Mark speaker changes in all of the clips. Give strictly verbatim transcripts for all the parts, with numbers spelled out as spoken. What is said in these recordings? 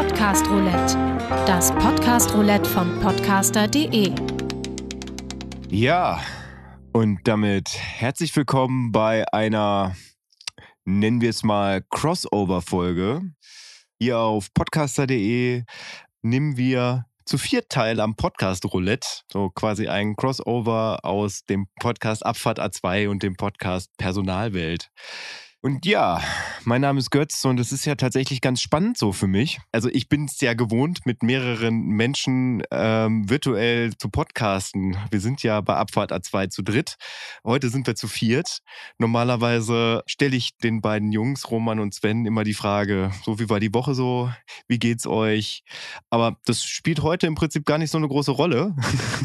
Speaker 1: Podcast Roulette, das Podcast Roulette von podcaster punkt de.
Speaker 2: Ja, und damit herzlich willkommen bei einer, nennen wir es mal, Crossover-Folge. Hier auf podcaster punkt de nehmen wir zu viert teil am Podcast Roulette, so quasi ein Crossover aus dem Podcast Abfahrt A zwei und dem Podcast Personalwelt. Und ja, mein Name ist Götz und es ist ja tatsächlich ganz spannend so für mich. Also ich bin es ja gewohnt, mit mehreren Menschen ähm, virtuell zu podcasten. Wir sind ja bei Abfahrt A zwei zu dritt. Heute sind wir zu viert. Normalerweise stelle ich den beiden Jungs, Roman und Sven, immer die Frage, so wie war die Woche so, wie geht's euch? Aber das spielt heute im Prinzip gar nicht so eine große Rolle,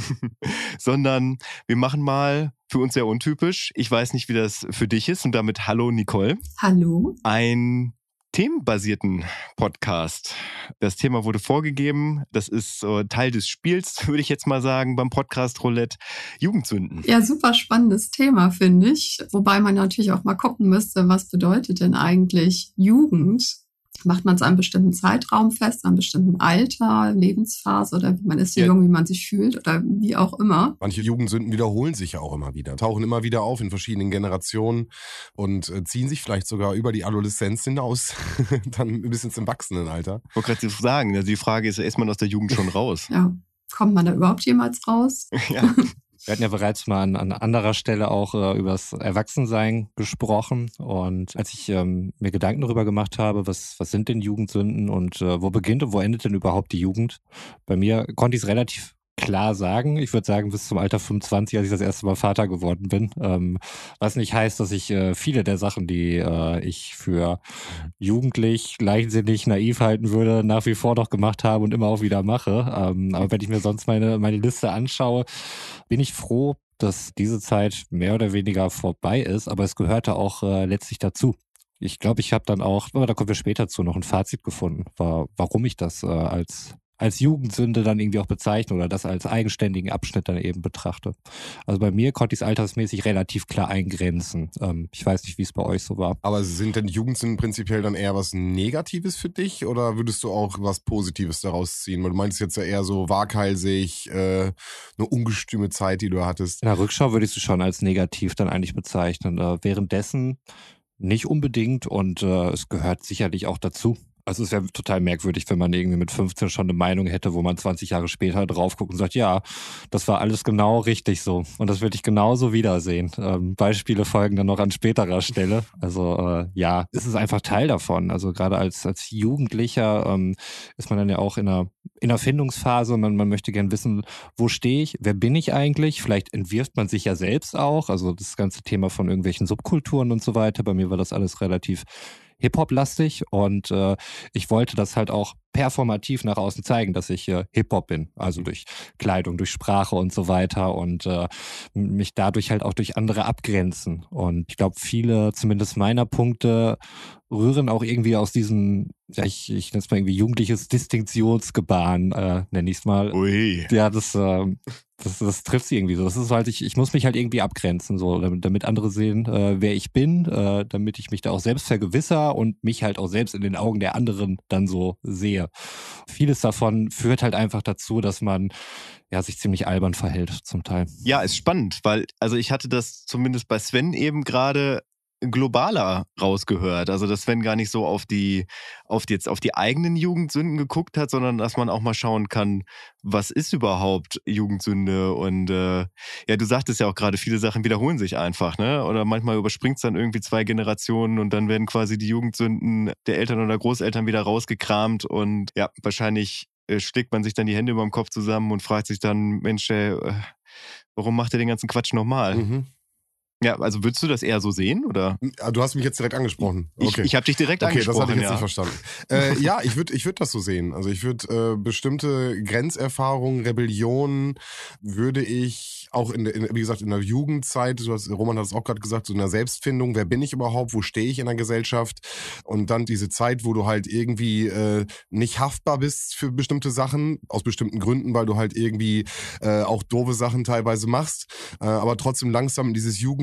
Speaker 2: sondern wir machen mal, für uns sehr untypisch, ich weiß nicht, wie das für dich ist, und damit hallo Nicole.
Speaker 3: Hallo.
Speaker 2: Ein themenbasierten Podcast. Das Thema wurde vorgegeben, das ist äh, Teil des Spiels, würde ich jetzt mal sagen, beim Podcast Roulette. Jugendsünden.
Speaker 3: Ja, super spannendes Thema, finde ich. Wobei man natürlich auch mal gucken müsste, was bedeutet denn eigentlich Jugend? Macht man es einem bestimmten Zeitraum fest, einem bestimmten Alter, Lebensphase oder man ist so ja jung, wie man sich fühlt oder wie auch immer?
Speaker 4: Manche Jugendsünden wiederholen sich ja auch immer wieder, tauchen immer wieder auf in verschiedenen Generationen und ziehen sich vielleicht sogar über die Adoleszenz hinaus, dann bis ins Erwachsenenalter.
Speaker 2: Ich wollte gerade sagen, also die Frage ist, ist man aus der Jugend schon raus?
Speaker 3: Ja, kommt man da überhaupt jemals raus?
Speaker 2: Ja.
Speaker 5: Wir hatten ja bereits mal an, an anderer Stelle auch äh, über das Erwachsensein gesprochen, und als ich ähm, mir Gedanken darüber gemacht habe, was, was sind denn Jugendsünden und äh, wo beginnt und wo endet denn überhaupt die Jugend? Bei mir konnte ich es relativ klar sagen. Ich würde sagen, bis zum Alter fünfundzwanzig, als ich das erste Mal Vater geworden bin. Ähm, was nicht heißt, dass ich äh, viele der Sachen, die äh, ich für jugendlich, leichtsinnig, naiv halten würde, nach wie vor noch gemacht habe und immer auch wieder mache. Ähm, aber wenn ich mir sonst meine, meine Liste anschaue, bin ich froh, dass diese Zeit mehr oder weniger vorbei ist. Aber es gehörte auch äh, letztlich dazu. Ich glaube, ich habe dann auch, aber da kommen wir später zu, noch ein Fazit gefunden, war, warum ich das äh, als als Jugendsünde dann irgendwie auch bezeichne oder das als eigenständigen Abschnitt dann eben betrachte. Also bei mir konnte ich es altersmäßig relativ klar eingrenzen. Ähm, ich weiß nicht, wie es bei euch so war.
Speaker 4: Aber sind denn Jugendsünden prinzipiell dann eher was Negatives für dich oder würdest du auch was Positives daraus ziehen? Weil du meinst jetzt ja eher so waghalsig, äh, eine ungestüme Zeit, die du hattest.
Speaker 5: In der Rückschau würde ich es schon als negativ dann eigentlich bezeichnen. Äh, währenddessen nicht unbedingt, und äh, es gehört sicherlich auch dazu. Also es wäre total merkwürdig, wenn man irgendwie mit fünfzehn schon eine Meinung hätte, wo man zwanzig Jahre später drauf guckt und sagt, ja, das war alles genau richtig so. Und das würde ich genauso wiedersehen. Ähm, Beispiele folgen dann noch an späterer Stelle. Also äh, ja, es ist einfach Teil davon. Also gerade als als Jugendlicher ähm, ist man dann ja auch in einer, in einer Findungsphase. Man, man möchte gern wissen, wo stehe ich, wer bin ich eigentlich? Vielleicht entwirft man sich ja selbst auch. Also das ganze Thema von irgendwelchen Subkulturen und so weiter. Bei mir war das alles relativ Hip-Hop-lastig, und äh, ich wollte das halt auch performativ nach außen zeigen, dass ich äh, Hip-Hop bin, also durch Kleidung, durch Sprache und so weiter, und äh, mich dadurch halt auch durch andere abgrenzen. Und ich glaube, viele, zumindest meiner Punkte, rühren auch irgendwie aus diesem, ja, ich, ich nenne es mal irgendwie jugendliches Distinktionsgebaren, äh, nenne ich es mal.
Speaker 2: Ui.
Speaker 5: Ja, das, äh, das, das trifft sie irgendwie so. Das ist halt, ich, ich muss mich halt irgendwie abgrenzen, so, damit, damit andere sehen, äh, wer ich bin, äh, damit ich mich da auch selbst vergewisser und mich halt auch selbst in den Augen der anderen dann so sehe. Vieles davon führt halt einfach dazu, dass man ja sich ziemlich albern verhält zum Teil.
Speaker 2: Ja, ist spannend, weil also ich hatte das zumindest bei Sven eben gerade globaler rausgehört. Also dass Sven gar nicht so auf die, auf die, jetzt auf die eigenen Jugendsünden geguckt hat, sondern dass man auch mal schauen kann, was ist überhaupt Jugendsünde? Und äh, ja, du sagtest ja auch gerade, viele Sachen wiederholen sich einfach, ne? Oder manchmal überspringt es dann irgendwie zwei Generationen und dann werden quasi die Jugendsünden der Eltern oder Großeltern wieder rausgekramt, und ja, wahrscheinlich äh, schlägt man sich dann die Hände über dem Kopf zusammen und fragt sich dann, Mensch, ey, äh, warum macht ihr den ganzen Quatsch nochmal?
Speaker 4: Mhm.
Speaker 2: Ja, also würdest du das eher so sehen, oder?
Speaker 4: Du hast mich jetzt direkt angesprochen. Okay.
Speaker 2: Ich, ich habe dich direkt
Speaker 4: okay,
Speaker 2: angesprochen.
Speaker 4: Okay, das hatte ich jetzt
Speaker 2: ja.
Speaker 4: nicht verstanden. äh, ja, ich würde ich würd das so sehen. Also ich würde äh, bestimmte Grenzerfahrungen, Rebellionen würde ich auch in, der, in wie gesagt in der Jugendzeit, du hast, Roman hat es auch gerade gesagt, so in der Selbstfindung, wer bin ich überhaupt, wo stehe ich in der Gesellschaft, und dann diese Zeit, wo du halt irgendwie äh, nicht haftbar bist für bestimmte Sachen, aus bestimmten Gründen, weil du halt irgendwie äh, auch doofe Sachen teilweise machst, äh, aber trotzdem langsam in dieses Jugend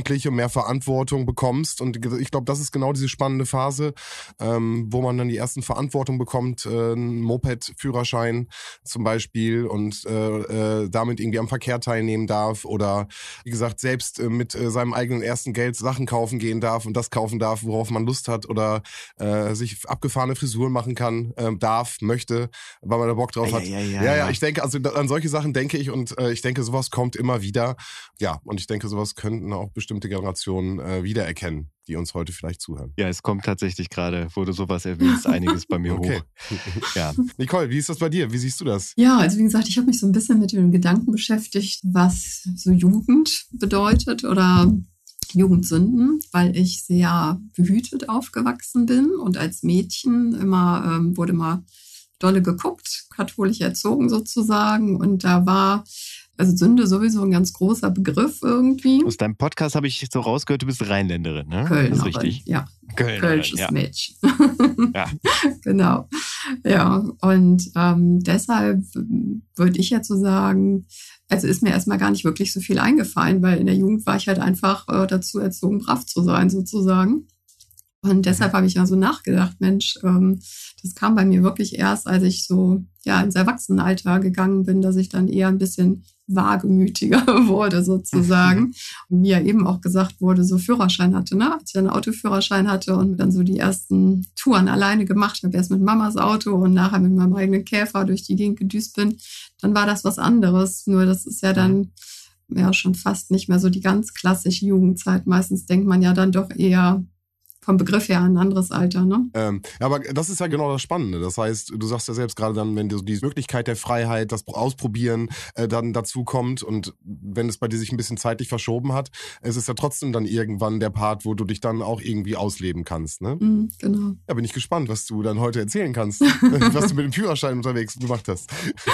Speaker 4: Jugendliche mehr Verantwortung bekommst. Und ich glaube, das ist genau diese spannende Phase, ähm, wo man dann die ersten Verantwortung bekommt, äh, einen Moped-Führerschein zum Beispiel und äh, äh, damit irgendwie am Verkehr teilnehmen darf oder wie gesagt, selbst äh, mit äh, seinem eigenen ersten Geld Sachen kaufen gehen darf und das kaufen darf, worauf man Lust hat oder äh, sich abgefahrene Frisuren machen kann, äh, darf, möchte, weil man da Bock drauf
Speaker 2: Ja,
Speaker 4: hat.
Speaker 2: ja, ja,
Speaker 4: ja, ja,
Speaker 2: ja.
Speaker 4: ich denke, also da- an solche Sachen denke ich und äh, ich denke, sowas kommt immer wieder. Ja, und ich denke, sowas könnten auch bestimmte Generationen äh, wiedererkennen, die uns heute vielleicht zuhören.
Speaker 2: Ja, es kommt tatsächlich gerade, wo du sowas erwähnst, einiges bei mir
Speaker 4: Okay.
Speaker 2: hoch. Ja.
Speaker 4: Nicole, wie ist das bei dir? Wie siehst du das?
Speaker 3: Ja, also wie gesagt, ich habe mich so ein bisschen mit dem Gedanken beschäftigt, was so Jugend bedeutet oder Jugendsünden, weil ich sehr behütet aufgewachsen bin und als Mädchen immer ähm, wurde mal dolle geguckt, katholisch erzogen sozusagen und da war also Sünde sowieso ein ganz großer Begriff irgendwie.
Speaker 2: Aus deinem Podcast habe ich so rausgehört, du bist Rheinländerin, ne?
Speaker 3: Kölnerin,
Speaker 2: Das ist richtig.
Speaker 3: ja.
Speaker 2: Kölnerin,
Speaker 3: Kölsches
Speaker 2: ja.
Speaker 3: Mädchen.
Speaker 2: Ja.
Speaker 3: Genau. Ja, und ähm, deshalb würde ich jetzt so sagen, also ist mir erstmal gar nicht wirklich so viel eingefallen, weil in der Jugend war ich halt einfach äh, dazu erzogen, brav zu sein sozusagen. Und deshalb habe ich ja so nachgedacht, Mensch, ähm, das kam bei mir wirklich erst, als ich so ja ins Erwachsenenalter gegangen bin, dass ich dann eher ein bisschen wagemütiger wurde sozusagen. Und mir eben auch gesagt wurde, so Führerschein hatte, ne? Als ich einen Autoführerschein hatte und dann so die ersten Touren alleine gemacht habe, erst mit Mamas Auto und nachher mit meinem eigenen Käfer durch die Gegend gedüst bin, dann war das was anderes. Nur das ist ja dann ja schon fast nicht mehr so die ganz klassische Jugendzeit. Meistens denkt man ja dann doch eher vom Begriff her ein anderes Alter, ne?
Speaker 4: Ähm, aber das ist ja genau das Spannende. Das heißt, du sagst ja selbst gerade dann, wenn die Möglichkeit der Freiheit, das Ausprobieren äh, dann dazu kommt und wenn es bei dir sich ein bisschen zeitlich verschoben hat, es ist ja trotzdem dann irgendwann der Part, wo du dich dann auch irgendwie ausleben kannst, ne?
Speaker 3: Mhm, genau.
Speaker 4: Ja, bin ich gespannt, was du dann heute erzählen kannst, was du mit dem Führerschein unterwegs gemacht hast.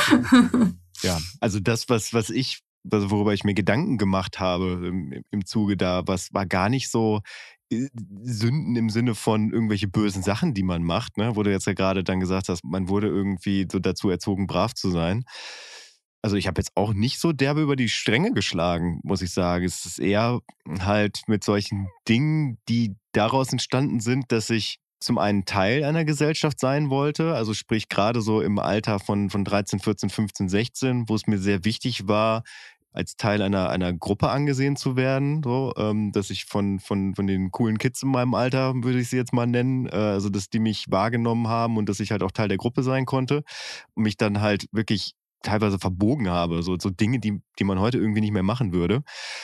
Speaker 2: Ja, also das, was, was ich, also worüber ich mir Gedanken gemacht habe im, im Zuge da, was war gar nicht so Sünden im Sinne von irgendwelche bösen Sachen, die man macht, ne? Wo du jetzt ja gerade dann gesagt hast, man wurde irgendwie so dazu erzogen, brav zu sein. Also ich habe jetzt auch nicht so derbe über die Stränge geschlagen, muss ich sagen. Es ist eher halt mit solchen Dingen, die daraus entstanden sind, dass ich zum einen Teil einer Gesellschaft sein wollte, also sprich gerade so im Alter von, von dreizehn, vierzehn, fünfzehn, sechzehn, wo es mir sehr wichtig war, als Teil einer, einer Gruppe angesehen zu werden, so, ähm, dass ich von, von, von den coolen Kids in meinem Alter, würde ich sie jetzt mal nennen, äh, also dass die mich wahrgenommen haben und dass ich halt auch Teil der Gruppe sein konnte und mich dann halt wirklich teilweise verbogen habe, so, so Dinge, die, die man heute irgendwie nicht mehr machen würde.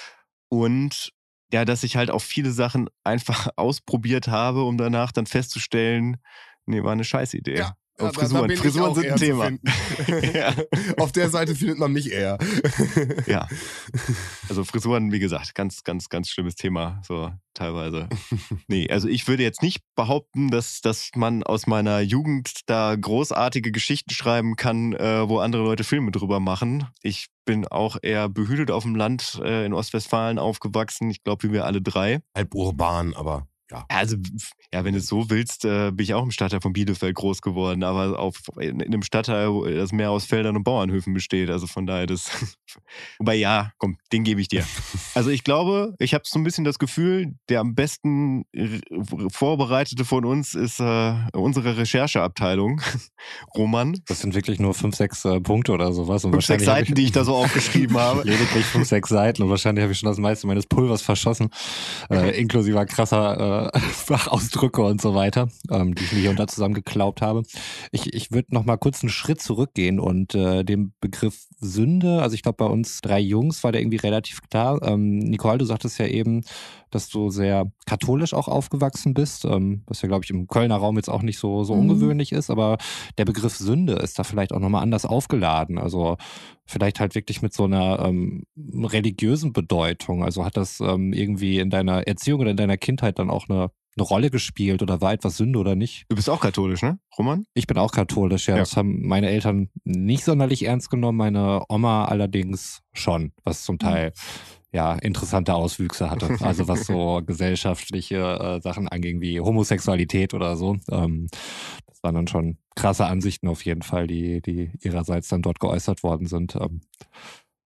Speaker 2: Und ja, dass ich halt auch viele Sachen einfach ausprobiert habe, um danach dann festzustellen, nee, war eine Scheißidee.
Speaker 4: Ja.
Speaker 2: Und
Speaker 4: Ja,
Speaker 2: Frisuren,
Speaker 4: da, da bin
Speaker 2: Frisuren
Speaker 4: ich auch
Speaker 2: sind
Speaker 4: eher
Speaker 2: ein
Speaker 4: zu
Speaker 2: Thema.
Speaker 4: finden.
Speaker 2: Ja.
Speaker 4: Auf der Seite findet man mich eher.
Speaker 2: Ja. Also Frisuren, wie gesagt, ganz, ganz, ganz schlimmes Thema, so teilweise. Nee, also ich würde jetzt nicht behaupten, dass, dass man aus meiner Jugend da großartige Geschichten schreiben kann, äh, wo andere Leute Filme drüber machen. Ich bin auch eher behütet auf dem Land äh, in Ostwestfalen aufgewachsen. Ich glaube, wie wir alle drei.
Speaker 4: Halb urban, aber ja.
Speaker 2: Also, ja, wenn du es so willst, äh, bin ich auch im Stadtteil von Bielefeld groß geworden, aber auf, in, in einem Stadtteil, wo das mehr aus Feldern und Bauernhöfen besteht. Also von daher, das. Wobei, ja, komm, den gebe ich dir. Also ich glaube, ich habe so ein bisschen das Gefühl, der am besten r- Vorbereitete von uns ist äh, unsere Rechercheabteilung, Roman.
Speaker 5: Das sind wirklich nur fünf, sechs äh, Punkte oder sowas. Und
Speaker 2: Fünf, sechs
Speaker 5: wahrscheinlich hab
Speaker 2: Seiten, die ich da so aufgeschrieben habe.
Speaker 5: Lediglich fünf, sechs Seiten und wahrscheinlich habe ich schon das meiste meines Pulvers verschossen, äh, inklusive krasser äh, Fachausdrücke und so weiter, ähm, die ich mir hier und da zusammengeklaubt habe. Ich, ich würde noch mal kurz einen Schritt zurückgehen und äh, den Begriff Sünde, also ich glaube bei uns drei Jungs war der irgendwie relativ klar. Ähm, Nicole, du sagtest ja eben, dass du sehr katholisch auch aufgewachsen bist, ähm, was ja glaube ich im Kölner Raum jetzt auch nicht so, so
Speaker 3: Mhm.
Speaker 5: ungewöhnlich ist, aber der Begriff Sünde ist da vielleicht auch nochmal anders aufgeladen, also vielleicht halt wirklich mit so einer ähm, religiösen Bedeutung, also hat das ähm, irgendwie in deiner Erziehung oder in deiner Kindheit dann auch eine, eine Rolle gespielt oder war etwas Sünde oder nicht?
Speaker 2: Du bist auch katholisch, ne, Roman?
Speaker 5: Ich bin auch katholisch, ja.
Speaker 2: Ja.
Speaker 5: Das haben meine Eltern nicht sonderlich ernst genommen, meine Oma allerdings schon, was zum Teil ja interessante Auswüchse hatte. Also was so gesellschaftliche äh, Sachen anging, wie Homosexualität oder so. Ähm, das waren dann schon krasse Ansichten auf jeden Fall, die, die ihrerseits dann dort geäußert worden sind. Ähm,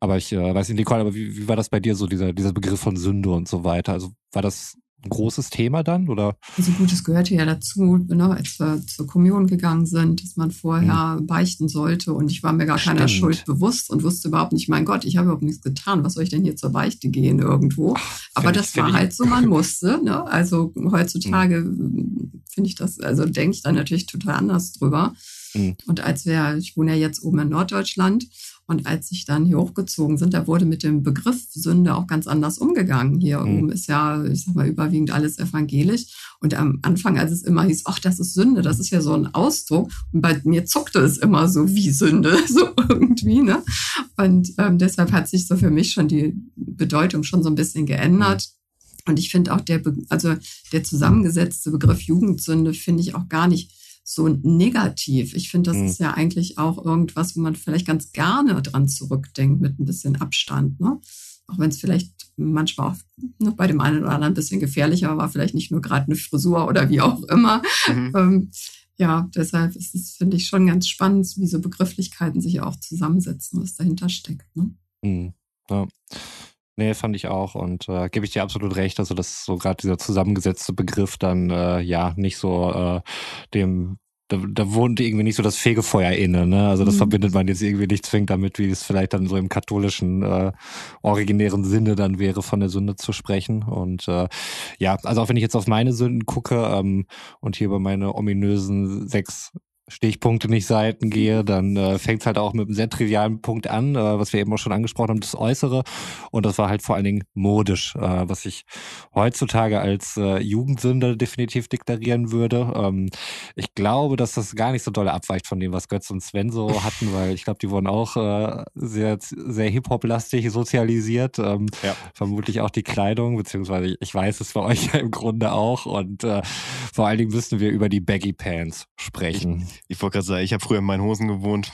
Speaker 5: Aber ich äh, weiß nicht, Nicole, aber wie, wie war das bei dir so, dieser, dieser Begriff von Sünde und so weiter? Also war das ein großes Thema dann, oder?
Speaker 3: Also gut, es gehörte ja dazu, ne, als wir zur Kommunion gegangen sind, dass man vorher hm. beichten sollte und ich war mir gar
Speaker 5: Stimmt.
Speaker 3: keiner Schuld bewusst und wusste überhaupt nicht, mein Gott, ich habe überhaupt nichts getan, was soll ich denn hier zur Beichte gehen irgendwo? Ach, aber das ich, war halt ich. so, man musste, ne? Also heutzutage hm. finde ich das, also denke ich da natürlich total anders drüber. Hm. Und als wir, ich wohne ja jetzt oben in Norddeutschland, und als ich dann hier hochgezogen sind, da wurde mit dem Begriff Sünde auch ganz anders umgegangen. Hier mhm. oben ist ja, ich sag mal, überwiegend alles evangelisch. Und am Anfang, als es immer hieß, ach, das ist Sünde, das ist ja so ein Ausdruck. Und bei mir zuckte es immer so wie Sünde, so irgendwie, ne? Und ähm, deshalb hat sich so für mich schon die Bedeutung schon so ein bisschen geändert. Mhm. Und ich finde auch der, Be- also der zusammengesetzte Begriff Jugendsünde finde ich auch gar nicht so negativ. Ich finde, das mhm. ist ja eigentlich auch irgendwas, wo man vielleicht ganz gerne dran zurückdenkt mit ein bisschen Abstand, ne? Auch wenn es vielleicht manchmal auch ne, bei dem einen oder anderen ein bisschen gefährlicher war, vielleicht nicht nur gerade eine Frisur oder wie auch immer. Mhm. Ähm, ja, deshalb ist es, finde ich, schon ganz spannend, wie so Begrifflichkeiten sich auch zusammensetzen, was dahinter steckt, ne?
Speaker 5: Mhm. Ja. Nee, fand ich auch und äh, gebe ich dir absolut recht, also dass so gerade dieser zusammengesetzte Begriff dann äh, ja nicht so äh, dem, da, da wohnt irgendwie nicht so das Fegefeuer inne, ne? Also das mhm. verbindet man jetzt irgendwie nicht zwingend damit, wie es vielleicht dann so im katholischen äh, originären Sinne dann wäre, von der Sünde zu sprechen. Und äh, ja, also auch wenn ich jetzt auf meine Sünden gucke ähm, und hier über meine ominösen sechs Stichpunkte nicht Seiten gehe, dann äh, fängt es halt auch mit einem sehr trivialen Punkt an, äh, was wir eben auch schon angesprochen haben, das Äußere. Und das war halt vor allen Dingen modisch, äh, was ich heutzutage als äh, Jugendsünde definitiv deklarieren würde. Ähm, ich glaube, dass das gar nicht so doll abweicht von dem, was Götz und Sven so hatten, weil ich glaube, die wurden auch äh, sehr, sehr Hip-Hop-lastig sozialisiert. Ähm, ja. Vermutlich auch die Kleidung, beziehungsweise ich weiß es bei euch ja im Grunde auch. Und äh, vor allen Dingen müssen wir über die Baggy Pants sprechen.
Speaker 2: Ich wollte gerade sagen, ich habe früher in meinen Hosen gewohnt.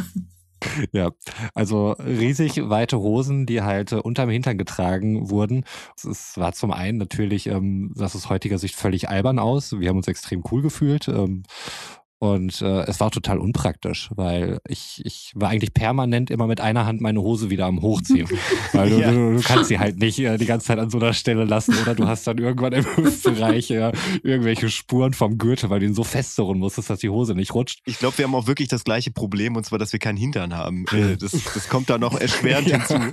Speaker 5: Ja, also riesig weite Hosen, die halt äh, unterm Hintern getragen wurden. Es war zum einen natürlich, ähm, das aus heutiger Sicht völlig albern aus. Wir haben uns extrem cool gefühlt. Ähm, Und äh, es war total unpraktisch, weil ich, ich war eigentlich permanent immer mit einer Hand meine Hose wieder am Hochziehen. Weil du, ja. du, du kannst sie halt nicht äh, die ganze Zeit an so einer Stelle lassen oder du hast dann irgendwann im Hüftbereich äh, irgendwelche Spuren vom Gürtel, weil du ihn so festzurren musstest, dass die Hose nicht rutscht.
Speaker 2: Ich glaube, wir haben auch wirklich das gleiche Problem, und zwar, dass wir keinen Hintern haben. Äh, das, das kommt da noch erschwerend ja. hinzu.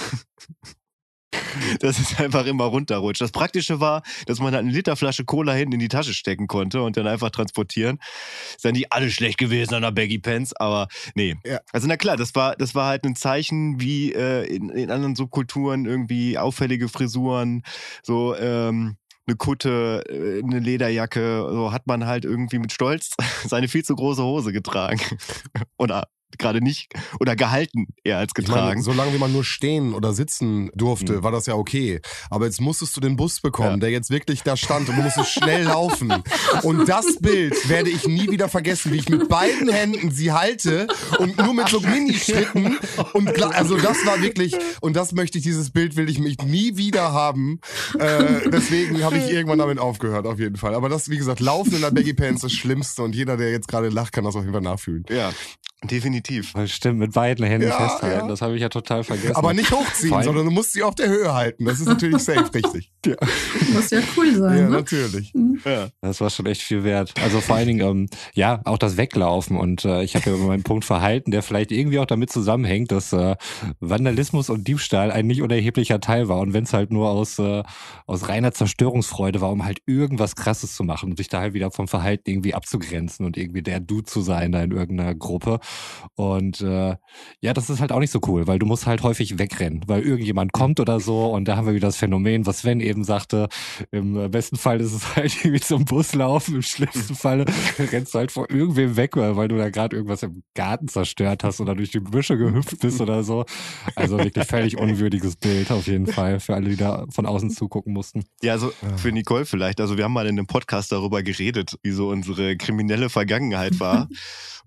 Speaker 2: Dass es einfach immer runterrutscht. Das Praktische war, dass man halt eine Literflasche Cola hinten in die Tasche stecken konnte und dann einfach transportieren. Ist dann nicht alles schlecht gewesen an der Baggy Pants, aber nee. Ja. Also na klar, das war, das war halt ein Zeichen, wie äh, in, in anderen Subkulturen irgendwie auffällige Frisuren, so ähm, eine Kutte, eine Lederjacke, so hat man halt irgendwie mit Stolz seine viel zu große Hose getragen. Oder gerade nicht, oder gehalten eher als getragen.
Speaker 4: Ich meine, solange wie man nur stehen oder sitzen durfte, mhm. war das ja okay. Aber jetzt musstest du den Bus bekommen, ja. der jetzt wirklich da stand und du musstest schnell laufen. Und das Bild werde ich nie wieder vergessen, wie ich mit beiden Händen sie halte und nur mit so Minischritten. Und also das war wirklich, und das möchte ich, dieses Bild will ich mich nie wieder haben. Äh, deswegen habe ich irgendwann damit aufgehört, auf jeden Fall. Aber das, wie gesagt, Laufen in der Baggy Pants ist das Schlimmste und jeder, der jetzt gerade lacht, kann das auf jeden Fall nachfühlen.
Speaker 2: Ja. Definitiv.
Speaker 5: Stimmt, mit beiden Händen
Speaker 4: ja,
Speaker 5: festhalten,
Speaker 4: ja.
Speaker 5: das habe ich ja total vergessen.
Speaker 4: Aber nicht hochziehen, sondern du musst sie auf der Höhe halten. Das ist natürlich safe, richtig.
Speaker 3: Ja. Muss ja cool sein.
Speaker 4: Ja,
Speaker 3: ne?
Speaker 4: natürlich.
Speaker 3: Mhm.
Speaker 5: Ja. Das war schon echt viel wert. Also vor allen Dingen, ähm, ja, auch das Weglaufen. Und äh, ich habe ja über meinen Punkt Verhalten, der vielleicht irgendwie auch damit zusammenhängt, dass äh, Vandalismus und Diebstahl ein nicht unerheblicher Teil war. Und wenn es halt nur aus, äh, aus reiner Zerstörungsfreude war, um halt irgendwas Krasses zu machen und sich da halt wieder vom Verhalten irgendwie abzugrenzen und irgendwie der Dude zu sein da in irgendeiner Gruppe. Und Und äh, ja, das ist halt auch nicht so cool, weil du musst halt häufig wegrennen, weil irgendjemand kommt oder so und da haben wir wieder das Phänomen, was Sven eben sagte, im besten Fall ist es halt irgendwie zum Bus laufen, im schlimmsten Fall rennst du halt vor irgendwem weg, weil du da gerade irgendwas im Garten zerstört hast oder durch die Büsche gehüpft bist oder so. Also wirklich völlig unwürdiges Bild auf jeden Fall für alle, die da von außen zugucken mussten.
Speaker 2: Ja, also für Nicole vielleicht, also wir haben mal in einem Podcast darüber geredet, wie so unsere kriminelle Vergangenheit war.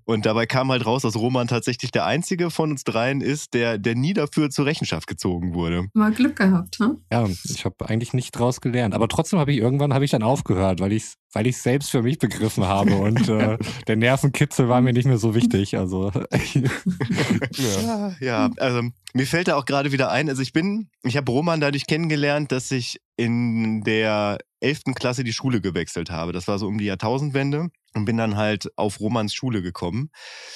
Speaker 2: Und dabei kam halt raus, dass Roman tatsächlich der einzige von uns dreien ist, der, der nie dafür zur Rechenschaft gezogen wurde.
Speaker 3: Mal Glück gehabt, hm?
Speaker 5: Ja, ich habe eigentlich nicht draus gelernt. Aber trotzdem habe ich irgendwann habe ich dann aufgehört, weil ich weil ich selbst für mich begriffen habe und äh, der Nervenkitzel war mir nicht mehr so wichtig. Also
Speaker 2: ja. ja, also mir fällt da auch gerade wieder ein, also ich bin, ich habe Roman dadurch kennengelernt, dass ich in der elften Klasse die Schule gewechselt habe. Das war so um die Jahrtausendwende und bin dann halt auf Romans Schule gekommen.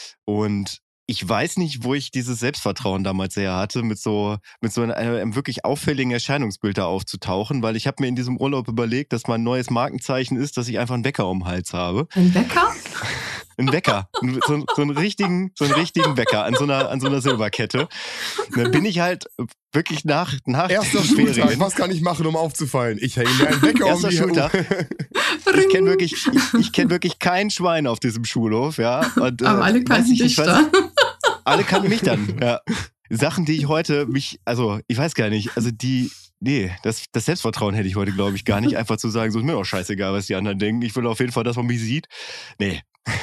Speaker 2: Und ich weiß nicht, wo ich dieses Selbstvertrauen damals her hatte, mit so mit so einem, einem wirklich auffälligen Erscheinungsbild da aufzutauchen, weil ich habe mir in diesem Urlaub überlegt, dass mein neues Markenzeichen ist, dass ich einfach einen Wecker um den Hals habe.
Speaker 3: Ein Wecker?
Speaker 2: Ein Wecker, so, so einen richtigen, so einen richtigen Wecker an so einer, an so einer Silberkette. Und dann bin ich halt wirklich nach, nach
Speaker 4: Erster Schultag, was kann ich machen, um aufzufallen? Ich hänge mir einen Wecker um
Speaker 2: Erster
Speaker 4: die
Speaker 2: Schultag. Ich kenne wirklich, ich, ich kenne wirklich kein Schwein auf diesem Schulhof, ja. Und,
Speaker 3: Aber
Speaker 2: äh,
Speaker 3: alle kannten dich dann.
Speaker 2: Alle kannten mich dann, ja. Sachen, die ich heute mich, also ich weiß gar nicht, also die, nee, das, das Selbstvertrauen hätte ich heute, glaube ich, gar nicht, einfach zu sagen, so ist mir doch scheißegal, was die anderen denken. Ich will auf jeden Fall, dass man mich sieht. Nee.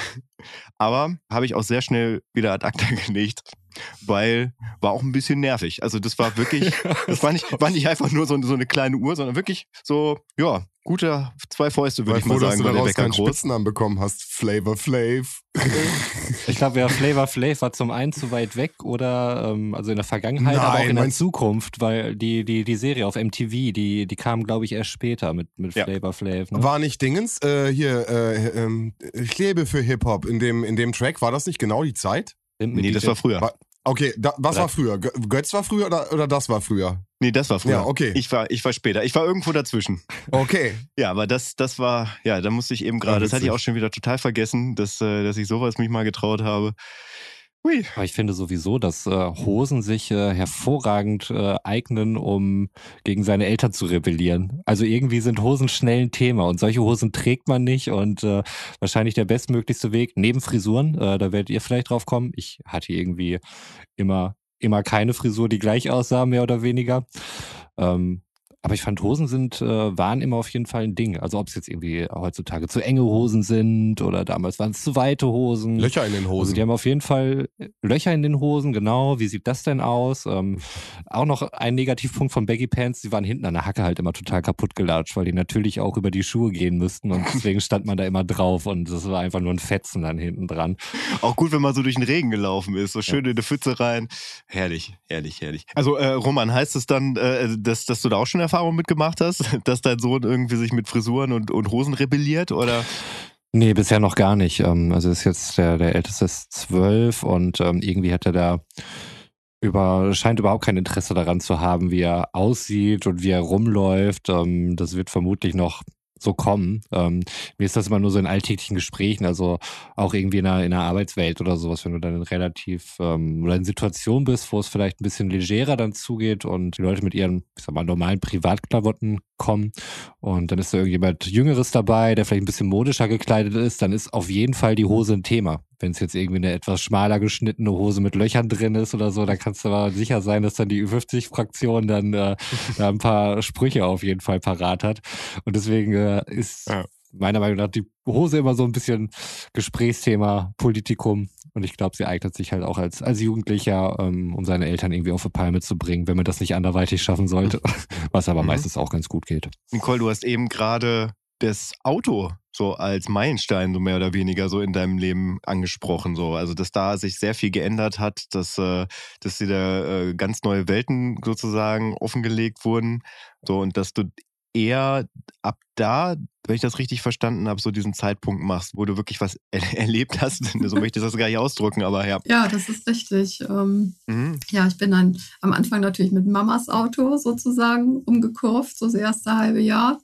Speaker 2: Aber habe ich auch sehr schnell wieder ad acta gelegt, weil war auch ein bisschen nervig. Also das war wirklich, das war nicht, war nicht einfach nur so, so eine kleine Uhr, sondern wirklich so, ja, gute zwei Fäuste, würde ich mal
Speaker 4: froh,
Speaker 2: sagen,
Speaker 4: dass du
Speaker 2: war der
Speaker 4: daraus
Speaker 2: Wecker
Speaker 4: keinen
Speaker 2: groß.
Speaker 4: Spitznamen bekommen hast. Flavor Flav.
Speaker 5: Ich glaube, ja, Flavor Flav war zum einen zu weit weg oder ähm, also in der Vergangenheit,
Speaker 4: Nein,
Speaker 5: aber auch in der
Speaker 4: meinst-
Speaker 5: Zukunft, weil die, die, die Serie auf M T V, die, die kam, glaube ich, erst später mit, mit
Speaker 2: Ja.
Speaker 5: Flavor Flav. Ne?
Speaker 4: War nicht Dingens, äh, hier, äh, ähm, ich lebe für Hip-Hop in dem, in dem Track, war das nicht genau die Zeit?
Speaker 5: Mit
Speaker 2: Nee, das
Speaker 5: D J
Speaker 2: war früher.
Speaker 4: War- Okay, da, was
Speaker 5: Oder-
Speaker 4: war früher? Gö- Götz war früher oder, oder das war früher?
Speaker 2: Nee, das war früher.
Speaker 4: Ja, okay.
Speaker 2: Ich war, ich war später. Ich war irgendwo dazwischen.
Speaker 4: Okay.
Speaker 2: Ja, aber das, das war, ja, da musste ich eben gerade, das hatte ich
Speaker 4: witzig.
Speaker 2: auch schon wieder total vergessen, dass, äh, dass ich sowas mich mal getraut habe. Hui.
Speaker 5: Aber ich finde sowieso, dass äh, Hosen sich äh, hervorragend äh, eignen, um gegen seine Eltern zu rebellieren. Also irgendwie sind Hosen schnell ein Thema und solche Hosen trägt man nicht und äh, wahrscheinlich der bestmöglichste Weg, neben Frisuren, äh, da werdet ihr vielleicht drauf kommen. Ich hatte irgendwie immer, immer keine Frisur, die gleich aussah, mehr oder weniger. Ähm, aber ich fand, Hosen sind, äh, waren immer auf jeden Fall ein Ding. Also ob es jetzt irgendwie heutzutage zu enge Hosen sind oder damals waren es zu weite Hosen.
Speaker 4: Löcher in den
Speaker 5: Also
Speaker 4: Hosen.
Speaker 5: die haben auf jeden Fall Löcher in den Hosen, genau. Wie sieht das denn aus? Ähm, auch noch ein Negativpunkt von Baggy Pants, die waren hinten an der Hacke halt immer total kaputt gelatscht, weil die natürlich auch über die Schuhe gehen müssten und deswegen stand man da immer drauf und das war einfach nur ein Fetzen dann hinten dran.
Speaker 2: Auch gut, wenn man so durch den Regen gelaufen ist, so schön in eine Pfütze rein. Herrlich, herrlich, herrlich. Also äh, Roman, heißt es dann, äh, dass, dass du da auch schon Erfahrung mitgemacht hast, dass dein Sohn irgendwie sich mit Frisuren und, und Hosen rebelliert, oder?
Speaker 5: Nee, bisher noch gar nicht. Ähm, also ist jetzt der, der Älteste ist zwölf und ähm, irgendwie hat er da über, scheint überhaupt kein Interesse daran zu haben, wie er aussieht und wie er rumläuft. Ähm, das wird vermutlich noch so kommen. Ähm, mir ist das immer nur so in alltäglichen Gesprächen, also auch irgendwie in der, in der Arbeitswelt oder sowas, wenn du dann relativ ähm, oder in Situationen bist, wo es vielleicht ein bisschen legerer dann zugeht und die Leute mit ihren, ich sag mal, normalen Privatklamotten kommen und dann ist da irgendjemand Jüngeres dabei, der vielleicht ein bisschen modischer gekleidet ist, dann ist auf jeden Fall die Hose ein Thema. Wenn es jetzt irgendwie eine etwas schmaler geschnittene Hose mit Löchern drin ist oder so, dann kannst du aber sicher sein, dass dann die Ü fünfzig Fraktion dann äh, da ein paar Sprüche auf jeden Fall parat hat. Und deswegen äh, ist
Speaker 2: Ja.
Speaker 5: meiner Meinung nach die Hose immer so ein bisschen Gesprächsthema, Politikum. Und ich glaube, sie eignet sich halt auch als, als Jugendlicher, ähm, um seine Eltern irgendwie auf die Palme zu bringen, wenn man das nicht anderweitig schaffen sollte. Was aber
Speaker 2: Mhm.
Speaker 5: meistens auch ganz gut geht.
Speaker 2: Nicole, du hast eben gerade das Auto so als Meilenstein so mehr oder weniger so in deinem Leben angesprochen. So. Also dass da sich sehr viel geändert hat, dass, äh, dass dir da äh, ganz neue Welten sozusagen offengelegt wurden. So, und dass du eher ab da, wenn ich das richtig verstanden habe, so diesen Zeitpunkt machst, wo du wirklich was er- erlebt hast. So möchte ich das gar nicht ausdrücken, aber ja.
Speaker 3: Ja, das ist richtig. Ähm,
Speaker 2: Mhm.
Speaker 3: ja, ich bin dann am Anfang natürlich mit Mamas Auto sozusagen umgekurvt, so das erste halbe Jahr.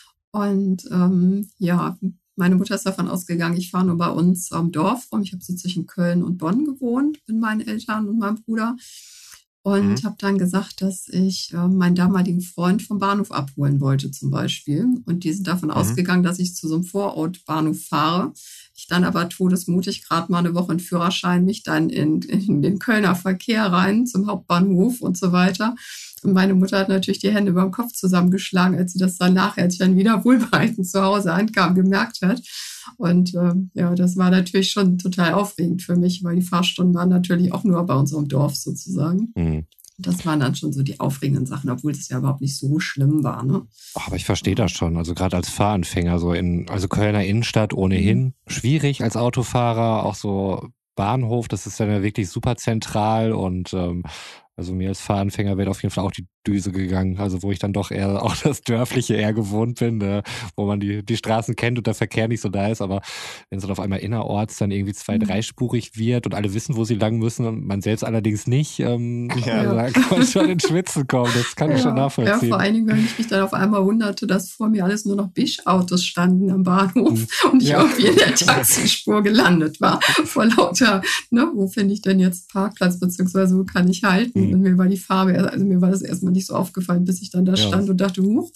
Speaker 3: Und ähm, ja, meine Mutter ist davon ausgegangen, ich fahre nur bei uns am Dorf rum. Ich habe so zwischen Köln und Bonn gewohnt mit meinen Eltern und meinem Bruder. Und
Speaker 2: Mhm.
Speaker 3: habe dann gesagt, dass ich äh, meinen damaligen Freund vom Bahnhof abholen wollte zum Beispiel. Und die sind davon
Speaker 2: Mhm.
Speaker 3: ausgegangen, dass ich zu so einem Vorortbahnhof fahre. Ich dann aber todesmutig gerade mal eine Woche einen Führerschein, mich dann in, in den Kölner Verkehr rein zum Hauptbahnhof und so weiter. Und meine Mutter hat natürlich die Hände über dem Kopf zusammengeschlagen, als sie das dann nachher, als ich dann wieder wohlbehalten zu Hause ankam, gemerkt hat. Und ähm, ja, das war natürlich schon total aufregend für mich, weil die Fahrstunden waren natürlich auch nur bei unserem Dorf sozusagen. Mhm. Das waren dann schon so die aufregenden Sachen, obwohl das ja überhaupt nicht so schlimm war. Ne?
Speaker 5: Aber ich verstehe das schon. Also gerade als Fahranfänger, so in, also Kölner Innenstadt ohnehin mhm. schwierig als Autofahrer, auch so Bahnhof, das ist dann ja wirklich super zentral und ähm, also mir als Fahranfänger wäre auf jeden Fall auch die Düse gegangen, also wo ich dann doch eher auch das Dörfliche eher gewohnt bin, äh, wo man die, die Straßen kennt und der Verkehr nicht so da ist, aber wenn es dann auf einmal innerorts dann irgendwie zwei-, dreispurig wird und alle wissen, wo sie lang müssen und man selbst allerdings nicht, ähm, ja. also da kann man schon ins Schwitzen kommen, das kann ja, ich schon nachvollziehen.
Speaker 3: Ja, vor allen Dingen, wenn ich mich dann auf einmal wunderte, dass vor mir alles nur noch Bisch-Autos standen am Bahnhof mhm. und ich ja. irgendwie in der Taxispur gelandet war, vor lauter, ne, wo finde ich denn jetzt Parkplatz, beziehungsweise wo kann ich halten? Mhm. Und mir war die Farbe, also mir war das erstmal nicht so aufgefallen, bis ich dann da ja. stand und dachte, huch.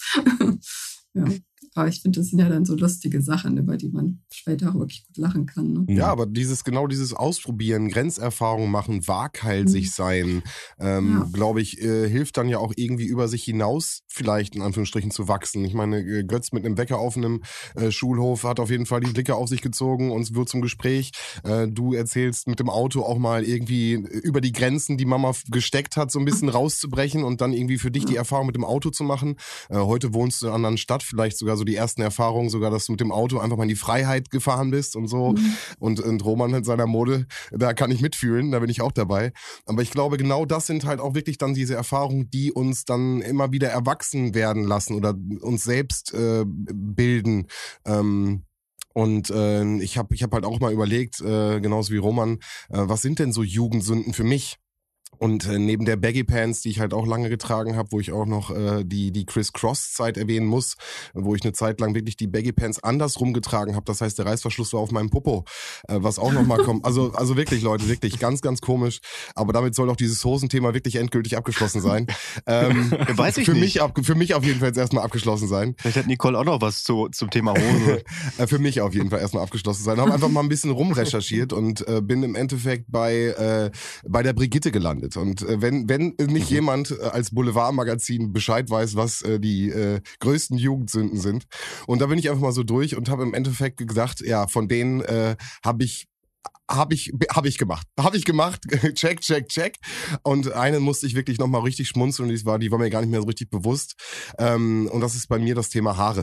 Speaker 3: ja. Aber ich finde, das sind ja dann so lustige Sachen, über die man später auch wirklich gut lachen kann. Ne?
Speaker 4: Ja, aber dieses genau dieses Ausprobieren, Grenzerfahrungen machen, waghalsig mhm. sein, ähm, ja. glaube ich, äh, hilft dann ja auch irgendwie über sich hinaus vielleicht in Anführungsstrichen zu wachsen. Ich meine, Götz mit einem Wecker auf einem äh, Schulhof hat auf jeden Fall die Blicke auf sich gezogen und es wird zum Gespräch. Äh, du erzählst mit dem Auto auch mal irgendwie über die Grenzen, die Mama gesteckt hat, so ein bisschen rauszubrechen und dann irgendwie für dich die Erfahrung mit dem Auto zu machen. Äh, heute wohnst du in einer anderen Stadt, vielleicht sogar so die ersten Erfahrungen, sogar, dass du mit dem Auto einfach mal in die Freiheit gefahren bist und so. Mhm. Und, und Roman mit seiner Mode, da kann ich mitfühlen, da bin ich auch dabei. Aber ich glaube, genau das sind halt auch wirklich dann diese Erfahrungen, die uns dann immer wieder erwachsen werden lassen oder uns selbst äh, bilden. Ähm, Und äh, ich habe ich hab halt auch mal überlegt, äh, genauso wie Roman, äh, was sind denn so Jugendsünden für mich? Und äh, neben der Baggy Pants, die ich halt auch lange getragen habe, wo ich auch noch äh, die die Criss-Cross-Zeit erwähnen muss, wo ich eine Zeit lang wirklich die Baggy Pants andersrum getragen habe. Das heißt, der Reißverschluss war auf meinem Popo, äh, was auch nochmal kommt. Also also wirklich, Leute, wirklich ganz, ganz komisch. Aber damit soll auch dieses Hosenthema wirklich endgültig abgeschlossen sein. Ähm,
Speaker 2: Weiß ich
Speaker 4: für
Speaker 2: nicht.
Speaker 4: Mich ab, für mich auf jeden Fall jetzt erstmal abgeschlossen sein.
Speaker 2: Vielleicht hat Nicole auch noch was zu, zum Thema Hose.
Speaker 4: Für mich auf jeden Fall erstmal abgeschlossen sein. Habe einfach mal ein bisschen rumrecherchiert und äh, bin im Endeffekt bei äh, bei der Brigitte gelandet. Und äh, wenn wenn nicht mhm. jemand äh, als Boulevardmagazin Bescheid weiß, was äh, die äh, größten Jugendsünden sind. Und da bin ich einfach mal so durch und habe im Endeffekt gedacht, ja, von denen äh, habe ich Habe ich, hab ich gemacht. Habe ich gemacht. Check, check, check. Und einen musste ich wirklich nochmal richtig schmunzeln. Die war, die war mir gar nicht mehr so richtig bewusst. Ähm, und das ist bei mir das Thema Haare.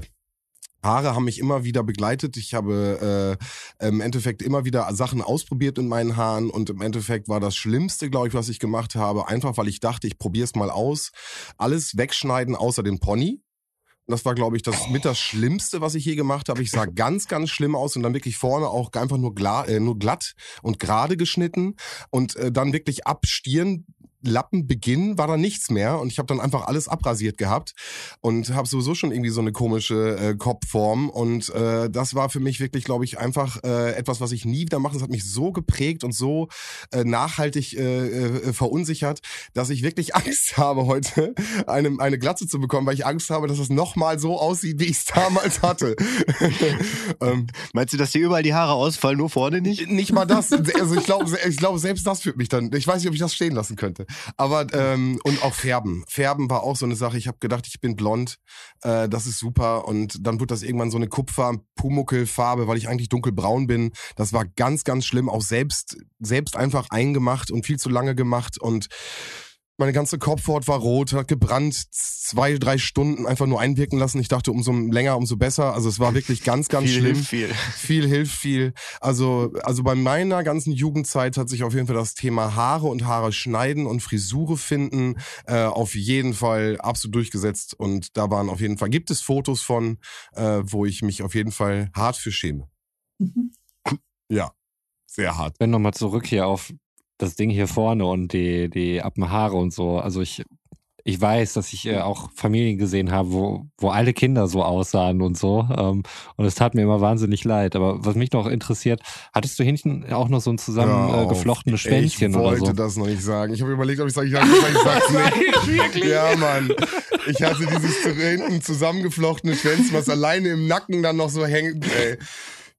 Speaker 4: Haare haben mich immer wieder begleitet. Ich habe äh, im Endeffekt immer wieder Sachen ausprobiert in meinen Haaren und im Endeffekt war das Schlimmste, glaube ich, was ich gemacht habe, einfach weil ich dachte, ich probiere es mal aus. Alles wegschneiden außer den Pony. Das war, glaube ich, das mit das Schlimmste, was ich je gemacht habe. Ich sah ganz, ganz schlimm aus und dann wirklich vorne auch einfach nur, gla- äh, nur glatt und gerade geschnitten und äh, dann wirklich ab Stirn Lappenbeginn war da nichts mehr und ich habe dann einfach alles abrasiert gehabt und habe sowieso schon irgendwie so eine komische äh, Kopfform und äh, das war für mich wirklich, glaube ich, einfach äh, etwas, was ich nie wieder mache. Das hat mich so geprägt und so äh, nachhaltig äh, äh, verunsichert, dass ich wirklich Angst habe, heute eine, eine Glatze zu bekommen, weil ich Angst habe, dass es nochmal so aussieht, wie ich es damals hatte. ähm,
Speaker 2: Meinst du, dass dir überall die Haare ausfallen, nur vorne nicht?
Speaker 4: Nicht mal das. Also ich glaube, ich glaube, selbst das führt mich dann. Ich weiß nicht, ob ich das stehen lassen könnte. Aber ähm, und auch Färben. Färben war auch so eine Sache. Ich habe gedacht, ich bin blond, äh, das ist super. Und dann wird das irgendwann so eine Kupfer-Pumuckl-Farbe, weil ich eigentlich dunkelbraun bin. Das war ganz, ganz schlimm. Auch selbst selbst einfach eingemacht und viel zu lange gemacht und meine ganze Kopfhaut war rot, hat gebrannt, zwei, drei Stunden einfach nur einwirken lassen. Ich dachte, umso länger, umso besser. Also es war wirklich ganz, ganz
Speaker 2: viel
Speaker 4: schlimm.
Speaker 2: Hilft viel.
Speaker 4: Viel hilft viel. Also, also bei meiner ganzen Jugendzeit hat sich auf jeden Fall das Thema Haare und Haare schneiden und Frisure finden äh, auf jeden Fall absolut durchgesetzt. Und da waren auf jeden Fall, gibt es Fotos von, äh, wo ich mich auf jeden Fall hart für schäme. Mhm. Ja, sehr hart.
Speaker 5: Wenn nochmal zurück hier auf das Ding hier vorne und die, die Appenhaare und so. Also ich, ich weiß, dass ich äh, auch Familien gesehen habe, wo, wo alle Kinder so aussahen und so. Ähm, und es tat mir immer wahnsinnig leid. Aber was mich noch interessiert, hattest du hinten auch noch so ein zusammengeflochtenes äh, Schwänzchen
Speaker 4: oder so?
Speaker 5: Ich
Speaker 4: wollte das noch nicht sagen. Ich habe überlegt, ob ich sage, ich, ich sag's nicht. Wirklich? Ja, Mann. Ich hatte dieses hinten zusammengeflochtene Schwänzchen, was alleine im Nacken dann noch so hängt. Ey.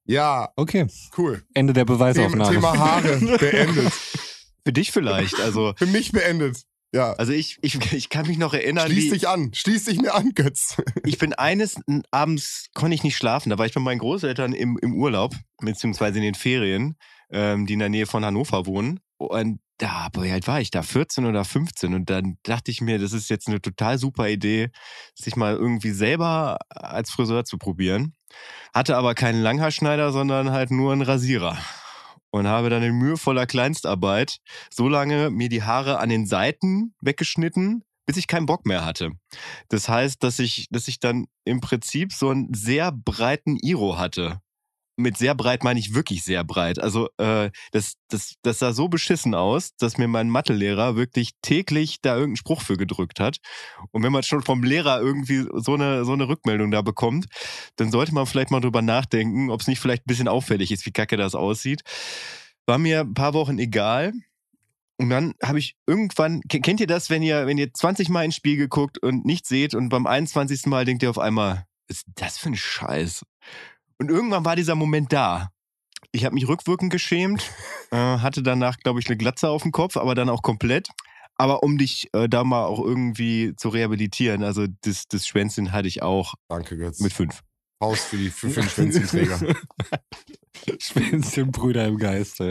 Speaker 4: Ja,
Speaker 5: Okay,
Speaker 4: cool.
Speaker 5: Ende der
Speaker 4: Thema,
Speaker 5: Beweisaufnahme.
Speaker 4: Thema Haare beendet.
Speaker 2: Für dich vielleicht. Also,
Speaker 4: Für mich beendet. Ja.
Speaker 2: also ich, ich, ich kann mich noch erinnern,
Speaker 4: Schließ
Speaker 2: wie,
Speaker 4: dich an. Schließ dich mir an, Götz.
Speaker 2: ich bin eines Abends, konnte ich nicht schlafen, da war ich bei meinen Großeltern im, im Urlaub, beziehungsweise in den Ferien, ähm, die in der Nähe von Hannover wohnen. Und da, boah, wie alt war ich da? vierzehn oder fünfzehn. Und dann dachte ich mir, das ist jetzt eine total super Idee, sich mal irgendwie selber als Friseur zu probieren. Hatte aber keinen Langhaarschneider, sondern halt nur einen Rasierer. Und habe dann in mühevoller Kleinstarbeit so lange mir die Haare an den Seiten weggeschnitten, bis ich keinen Bock mehr hatte. Das heißt, dass ich, dass ich dann im Prinzip so einen sehr breiten Iro hatte. Mit sehr breit meine ich wirklich sehr breit. Also äh, das, das, das sah so beschissen aus, dass mir mein Mathelehrer wirklich täglich da irgendeinen Spruch für gedrückt hat. Und wenn man schon vom Lehrer irgendwie so eine, so eine Rückmeldung da bekommt, dann sollte man vielleicht mal drüber nachdenken, ob es nicht vielleicht ein bisschen auffällig ist, wie kacke das aussieht. War mir ein paar Wochen egal. Und dann habe ich irgendwann, kennt ihr das, wenn ihr, wenn ihr zwanzig Mal ins Spiegel guckt und nichts seht und beim einundzwanzigsten Mal denkt ihr auf einmal, was ist das für ein Scheiß? Und irgendwann war dieser Moment da. Ich habe mich rückwirkend geschämt, äh, hatte danach, glaube ich, eine Glatze auf dem Kopf, aber dann auch komplett. Aber um dich äh, da mal auch irgendwie zu rehabilitieren, also das, das Schwänzchen hatte ich auch
Speaker 4: Danke, Götz.
Speaker 2: mit fünf.
Speaker 4: Faust für die für, für den Schwänzchenträger.
Speaker 5: Schwänzchenbrüder im Geiste,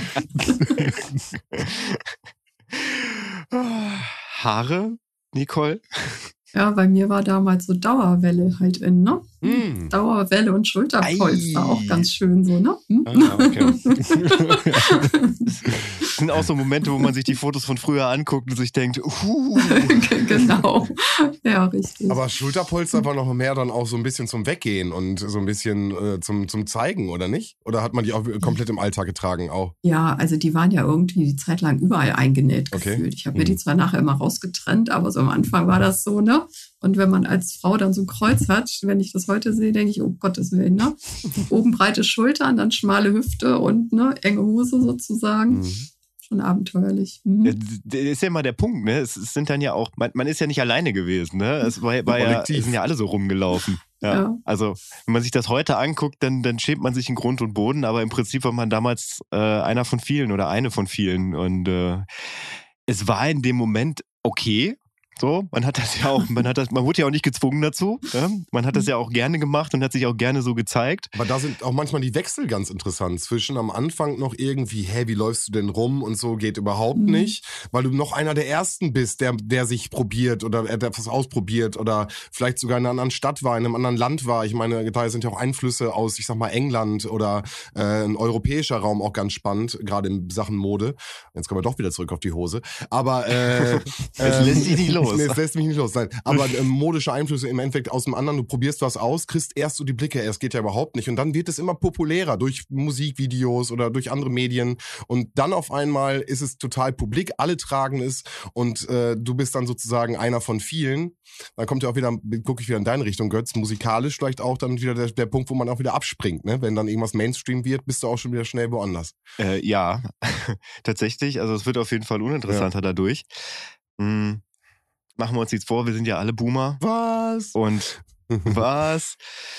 Speaker 5: ja.
Speaker 2: Haare, Nicole?
Speaker 3: Ja, bei mir war damals so Dauerwelle halt in, ne?
Speaker 4: Mm.
Speaker 3: Dauerwelle und Schulterpolster,
Speaker 2: Ei.
Speaker 3: auch ganz schön so, ne? Hm?
Speaker 5: Ah, okay.
Speaker 2: Das sind auch so Momente, wo man sich die Fotos von früher anguckt und sich denkt, uh.
Speaker 3: Genau. Ja, richtig.
Speaker 4: Aber Schulterpolster war noch mehr dann auch so ein bisschen zum Weggehen und so ein bisschen äh, zum, zum Zeigen, oder nicht? Oder hat man die auch komplett im Alltag getragen auch?
Speaker 3: Ja, also die waren ja irgendwie die Zeit lang überall eingenäht
Speaker 4: Okay.
Speaker 3: gefühlt. Ich habe mir
Speaker 4: Mhm.
Speaker 3: die zwar nachher immer rausgetrennt, aber so am Anfang war das so, ne? Und wenn man als Frau dann so ein Kreuz hat, wenn ich das heute sehe, denke ich, oh Gottes Willen, ne? Oben breite Schultern, dann schmale Hüfte und ne, enge Hose sozusagen.
Speaker 4: Mhm.
Speaker 3: Schon abenteuerlich. Mhm.
Speaker 2: Ja, das ist ja immer der Punkt, ne? Es es sind dann ja auch, man, man ist ja nicht alleine gewesen, ne? Es war, war ja,
Speaker 4: Kollektiv.
Speaker 2: es sind ja alle so rumgelaufen. Ja.
Speaker 3: Ja.
Speaker 2: Also, wenn man sich das heute anguckt, dann, dann schämt man sich in Grund und Boden, aber im Prinzip war man damals äh, einer von vielen oder eine von vielen. Und äh, es war in dem Moment okay. So, man hat das ja auch, man hat das, man wurde ja auch nicht gezwungen dazu. Ja? Man hat das ja auch gerne gemacht und hat sich auch gerne so gezeigt.
Speaker 4: Aber da sind auch manchmal die Wechsel ganz interessant. Zwischen am Anfang noch irgendwie, hä, wie läufst du denn rum und so, geht überhaupt
Speaker 3: Mhm.
Speaker 4: nicht. Weil du noch einer der Ersten bist, der, der sich probiert oder der etwas ausprobiert oder vielleicht sogar in einer anderen Stadt war, in einem anderen Land war. Ich meine, da sind ja auch Einflüsse aus, ich sag mal, England oder äh, ein europäischer Raum auch ganz spannend, gerade in Sachen Mode. Jetzt kommen wir doch wieder zurück auf die Hose. Aber äh,
Speaker 2: Es lässt dich nicht los.
Speaker 4: Nee, es lässt mich nicht los. Nein. Aber ähm, modische Einflüsse im Endeffekt aus dem anderen, du probierst was aus, kriegst erst so die Blicke, es geht ja überhaupt nicht. Und dann wird es immer populärer durch Musikvideos oder durch andere Medien. Und dann auf einmal ist es total publik, alle tragen es und äh, du bist dann sozusagen einer von vielen. Dann kommt ja auch wieder, gucke ich wieder in deine Richtung, Götz, musikalisch vielleicht auch dann wieder der, der Punkt, wo man auch wieder abspringt. Ne? Wenn dann irgendwas Mainstream wird, bist du auch schon wieder schnell woanders.
Speaker 2: Äh, ja, tatsächlich. Also es wird auf jeden Fall uninteressanter dadurch. Hm. Machen wir uns nichts vor, wir sind ja alle Boomer.
Speaker 4: Was?
Speaker 2: Und was?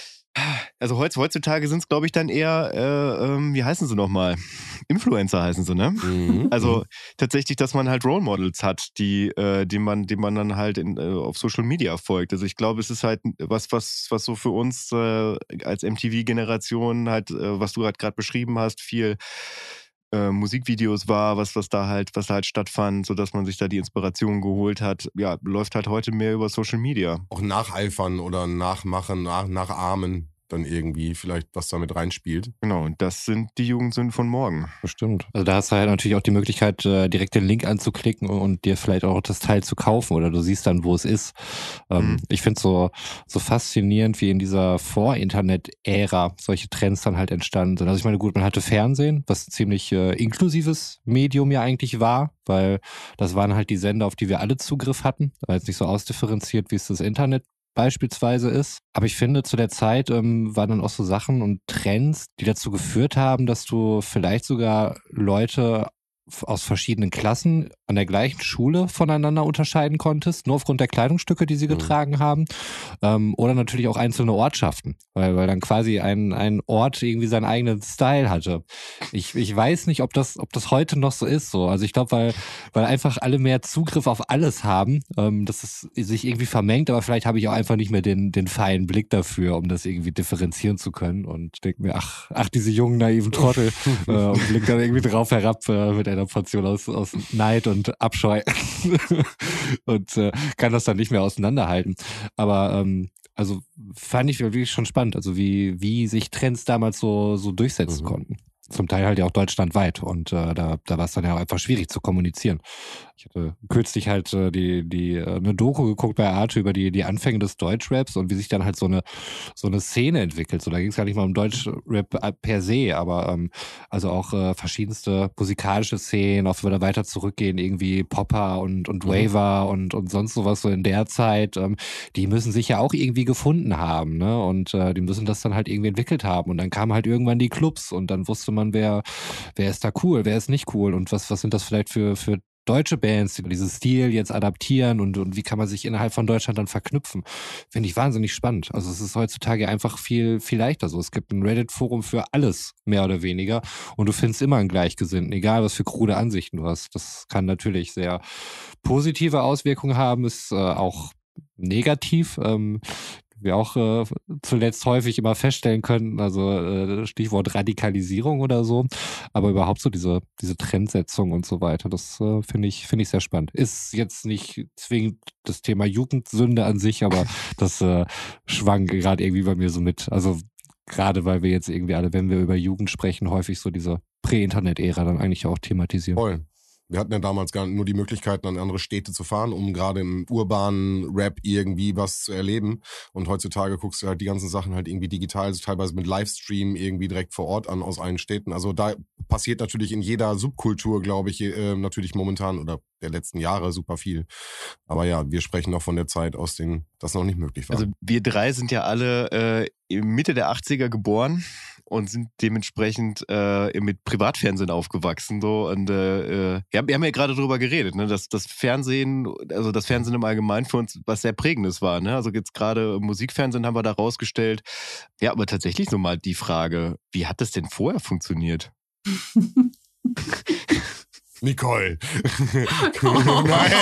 Speaker 2: Also heutzutage sind es, glaube ich, dann eher, äh, ähm, wie heißen sie nochmal? Influencer heißen sie, ne?
Speaker 4: Mhm.
Speaker 2: Also tatsächlich, dass man halt Role Models hat, die, äh, die man, die man dann halt in, äh, auf Social Media folgt. Also ich glaube, es ist halt was, was, was so für uns äh, als M T V-Generation halt, äh, was du halt gerade beschrieben hast, viel äh, Musikvideos war, was, was da halt, was da halt stattfand, sodass man sich da die Inspiration geholt hat. Ja, läuft halt heute mehr über Social Media.
Speaker 4: Auch nacheifern oder nachmachen, nach, nachahmen dann irgendwie vielleicht, was da mit reinspielt.
Speaker 2: Genau, und das sind die Jugendsünden von morgen.
Speaker 5: Bestimmt. Also da hast du halt natürlich auch die Möglichkeit, äh, direkt den Link anzuklicken und, und dir vielleicht auch das Teil zu kaufen oder du siehst dann, wo es ist. Ähm,
Speaker 2: Mhm.
Speaker 5: Ich finde es so, so faszinierend, wie in dieser Vor-Internet-Ära solche Trends dann halt entstanden sind. Also ich meine, gut, man hatte Fernsehen, was ein ziemlich äh, inklusives Medium ja eigentlich war, weil das waren halt die Sender, auf die wir alle Zugriff hatten. War jetzt nicht so ausdifferenziert, wie es das Internet beispielsweise ist. Aber ich finde, zu der Zeit ähm, waren dann auch so Sachen und Trends, die dazu geführt haben, dass du vielleicht sogar Leute f- aus verschiedenen Klassen an der gleichen Schule voneinander unterscheiden konntest, nur aufgrund der Kleidungsstücke, die sie
Speaker 4: Mhm.
Speaker 5: getragen haben. Ähm, oder natürlich auch einzelne Ortschaften, weil, weil dann quasi ein, ein Ort irgendwie seinen eigenen Style hatte. Ich, ich weiß nicht, ob das, ob das heute noch so ist. So. Also ich glaube, weil, weil einfach alle mehr Zugriff auf alles haben, ähm, dass es sich irgendwie vermengt, aber vielleicht habe ich auch einfach nicht mehr den, den feinen Blick dafür, um das irgendwie differenzieren zu können und denke mir, ach, ach, diese jungen, naiven Trottel äh, und blick dann irgendwie drauf herab äh, mit einer Portion aus, aus Neid und Abscheu und äh, kann das dann nicht mehr auseinanderhalten. Aber ähm, also fand ich wirklich schon spannend, also wie, wie sich Trends damals so, so durchsetzen
Speaker 4: Mhm.
Speaker 5: konnten. Zum Teil halt ja auch deutschlandweit und äh, da, da war es dann ja auch einfach schwierig zu kommunizieren. Ich hatte kürzlich halt äh, die, die, äh, eine Doku geguckt bei Arte über die, die Anfänge des Deutschraps und wie sich dann halt so eine, so eine Szene entwickelt. So, da ging es gar nicht mal um Deutschrap per se, aber ähm, also auch äh, verschiedenste musikalische Szenen, auch wenn wir da weiter zurückgehen, irgendwie Popper und, und
Speaker 4: Mhm.
Speaker 5: Waver und, und sonst sowas so in der Zeit, ähm, die müssen sich ja auch irgendwie gefunden haben, ne? Und äh, die müssen das dann halt irgendwie entwickelt haben. Und dann kamen halt irgendwann die Clubs und dann wusste man, wer, wer ist da cool, wer ist nicht cool und was, was sind das vielleicht für, für deutsche Bands, die diesen Stil jetzt adaptieren und, und wie kann man sich innerhalb von Deutschland dann verknüpfen. Finde ich wahnsinnig spannend. Also es ist heutzutage einfach viel, viel leichter so. Es gibt ein Reddit-Forum für alles, mehr oder weniger. Und du findest immer einen Gleichgesinnten, egal was für krude Ansichten du hast. Das kann natürlich sehr positive Auswirkungen haben, ist äh, auch negativ. Ähm, wir auch äh, zuletzt häufig immer feststellen können, also äh, Stichwort Radikalisierung oder so, aber überhaupt so diese diese Trendsetzung und so weiter, das äh, finde ich finde ich sehr spannend. Ist jetzt nicht zwingend das Thema Jugendsünde an sich, aber das äh, schwang gerade irgendwie bei mir so mit. Also gerade weil wir jetzt irgendwie alle, wenn wir über Jugend sprechen, häufig so diese Prä-Internet-Ära dann eigentlich auch thematisieren.
Speaker 4: Voll. Wir hatten ja damals gar nur die Möglichkeiten, an andere Städte zu fahren, um gerade im urbanen Rap irgendwie was zu erleben. Und heutzutage guckst du halt die ganzen Sachen halt irgendwie digital, also teilweise mit Livestream irgendwie direkt vor Ort an aus allen Städten. Also da passiert natürlich in jeder Subkultur, glaube ich, äh, natürlich momentan oder der letzten Jahre super viel. Aber ja, wir sprechen noch von der Zeit, aus denen das noch nicht möglich war.
Speaker 2: Also wir drei sind ja alle äh, Mitte der achtziger geboren und sind dementsprechend äh, mit Privatfernsehen aufgewachsen. So. Und äh, äh, ja, wir haben ja gerade drüber geredet, ne, dass das Fernsehen, also das Fernsehen im Allgemeinen für uns was sehr Prägendes war. Ne? Also jetzt gerade Musikfernsehen haben wir da rausgestellt. Ja, aber tatsächlich nochmal die Frage, wie hat das denn vorher funktioniert?
Speaker 4: Nicole.
Speaker 3: Oh.
Speaker 4: Nein.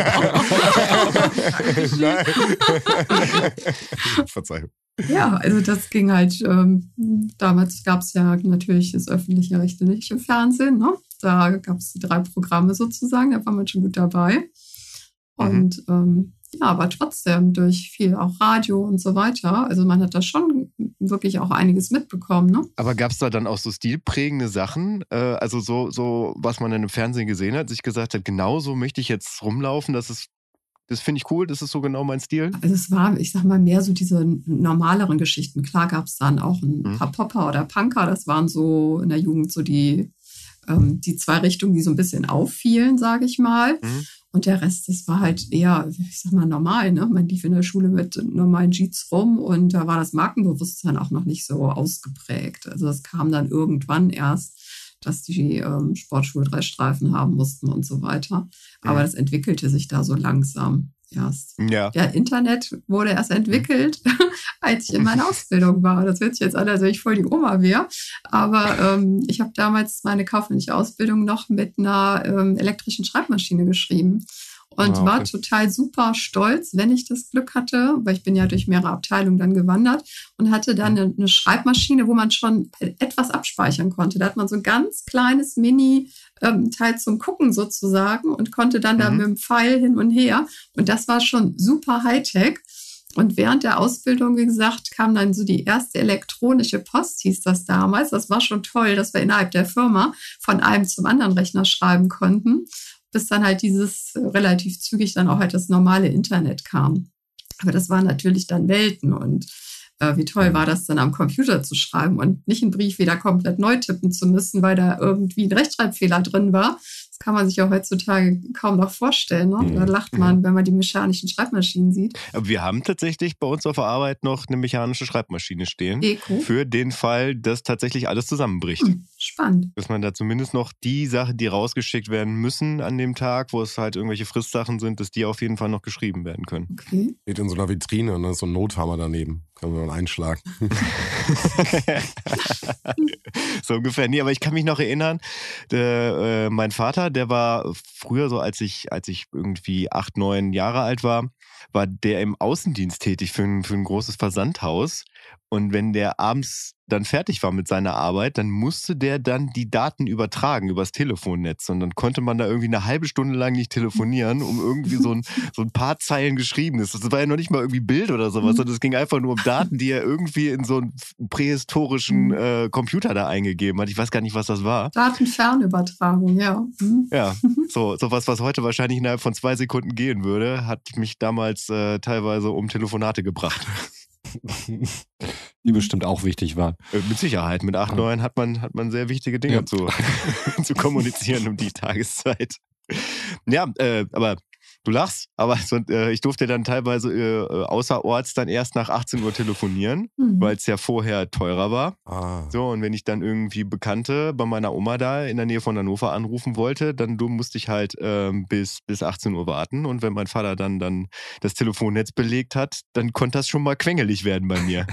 Speaker 4: Nein. Verzeihung.
Speaker 3: Ja, also das ging halt, ähm, damals gab es ja natürlich das öffentliche rechtliche Fernsehen, ne? Da gab es die drei Programme sozusagen, da war man schon gut dabei. Und ähm, ja, aber trotzdem durch viel auch Radio und so weiter, also man hat da schon wirklich auch einiges mitbekommen, ne?
Speaker 2: Aber gab es da dann auch so stilprägende Sachen, äh, also so, so, was man dann im Fernsehen gesehen hat, sich gesagt hat, genau so möchte ich jetzt rumlaufen, das ist, das finde ich cool, das ist so genau mein Stil?
Speaker 3: Also es war, ich sag mal, mehr so diese normaleren Geschichten. Klar gab es dann auch ein
Speaker 2: Mhm.
Speaker 3: paar Popper oder Punker, das waren so in der Jugend so die, ähm, die zwei Richtungen, die so ein bisschen auffielen, sage ich mal.
Speaker 2: Mhm.
Speaker 3: Und der Rest, das war halt eher, ich sag mal, normal, ne? Man lief in der Schule mit normalen Jeans rum und da war das Markenbewusstsein auch noch nicht so ausgeprägt. Also das kam dann irgendwann erst, dass die ähm, Sportschuhe drei Streifen haben mussten und so weiter. Aber
Speaker 2: Mhm.
Speaker 3: das entwickelte sich da so langsam erst.
Speaker 2: Ja.
Speaker 3: Ja, Internet wurde erst entwickelt, als ich in meiner Ausbildung war. Das hört sich jetzt an, als wenn ich voll die Oma wäre. Aber ähm, ich habe damals meine kaufmännische Ausbildung noch mit einer ähm, elektrischen Schreibmaschine geschrieben. Und
Speaker 5: Ah, okay.
Speaker 3: war total super stolz, wenn ich das Glück hatte, weil ich bin ja durch mehrere Abteilungen dann gewandert und hatte dann eine, eine Schreibmaschine, wo man schon etwas abspeichern konnte. Da hat man so ein ganz kleines Mini-Teil zum Gucken sozusagen und konnte dann da
Speaker 2: Mhm.
Speaker 3: mit dem Pfeil hin und her. Und das war schon super Hightech. Und während der Ausbildung, wie gesagt, kam dann so die erste elektronische Post, hieß das damals. Das war schon toll, dass wir innerhalb der Firma von einem zum anderen Rechner schreiben konnten, bis dann halt dieses äh, relativ zügig dann auch halt das normale Internet kam. Aber das waren natürlich dann Welten und äh, wie toll war das dann am Computer zu schreiben und nicht einen Brief wieder komplett neu tippen zu müssen, weil da irgendwie ein Rechtschreibfehler drin war, Das kann man sich ja heutzutage kaum noch vorstellen. Ne? Da lacht man, wenn man die mechanischen Schreibmaschinen sieht.
Speaker 2: Aber wir haben tatsächlich bei uns auf der Arbeit noch eine mechanische Schreibmaschine stehen.
Speaker 3: Eco.
Speaker 2: Für den Fall, dass tatsächlich alles zusammenbricht.
Speaker 3: Hm, spannend.
Speaker 2: Dass man da zumindest noch die Sachen, die rausgeschickt werden müssen an dem Tag, wo es halt irgendwelche Fristsachen sind, dass die auf jeden Fall noch geschrieben werden können.
Speaker 3: Okay.
Speaker 4: Steht in so einer Vitrine und dann ist so ein Nothammer daneben. Kann man dann einschlagen.
Speaker 2: So ungefähr. Nee, aber ich kann mich noch erinnern, der, äh, mein Vater, der war früher so, als ich, als ich irgendwie acht, neun Jahre alt war, war der im Außendienst tätig für ein, für ein großes Versandhaus. Und wenn der abends dann fertig war mit seiner Arbeit, dann musste der dann die Daten übertragen übers Telefonnetz. Und dann konnte man da irgendwie eine halbe Stunde lang nicht telefonieren, um irgendwie so ein, so ein paar Zeilen Geschriebenes. Das war ja noch nicht mal irgendwie Bild oder sowas, sondern es ging einfach nur um Daten, die er irgendwie in so einen prähistorischen äh, Computer da eingegeben hat. Ich weiß gar nicht, was das war.
Speaker 3: Datenfernübertragung, ja. Mhm.
Speaker 2: Ja, so sowas, was heute wahrscheinlich innerhalb von zwei Sekunden gehen würde, hat mich damals äh, teilweise um Telefonate gebracht.
Speaker 5: Die bestimmt auch wichtig waren.
Speaker 2: Äh, Mit Sicherheit. Mit acht, neun hat man, hat man sehr wichtige Dinge
Speaker 5: Ja.
Speaker 2: zu, zu kommunizieren um die Tageszeit. Ja, äh, aber du lachst, aber so, äh, ich durfte dann teilweise äh, außerorts dann erst nach achtzehn Uhr telefonieren,
Speaker 3: Mhm.
Speaker 2: weil es ja vorher teurer war.
Speaker 4: Ah.
Speaker 2: So, und wenn ich dann irgendwie Bekannte bei meiner Oma da in der Nähe von Hannover anrufen wollte, dann du musste ich halt ähm, bis, bis achtzehn Uhr warten. Und wenn mein Vater dann, dann das Telefonnetz belegt hat, dann konnte das schon mal quengelig werden bei mir.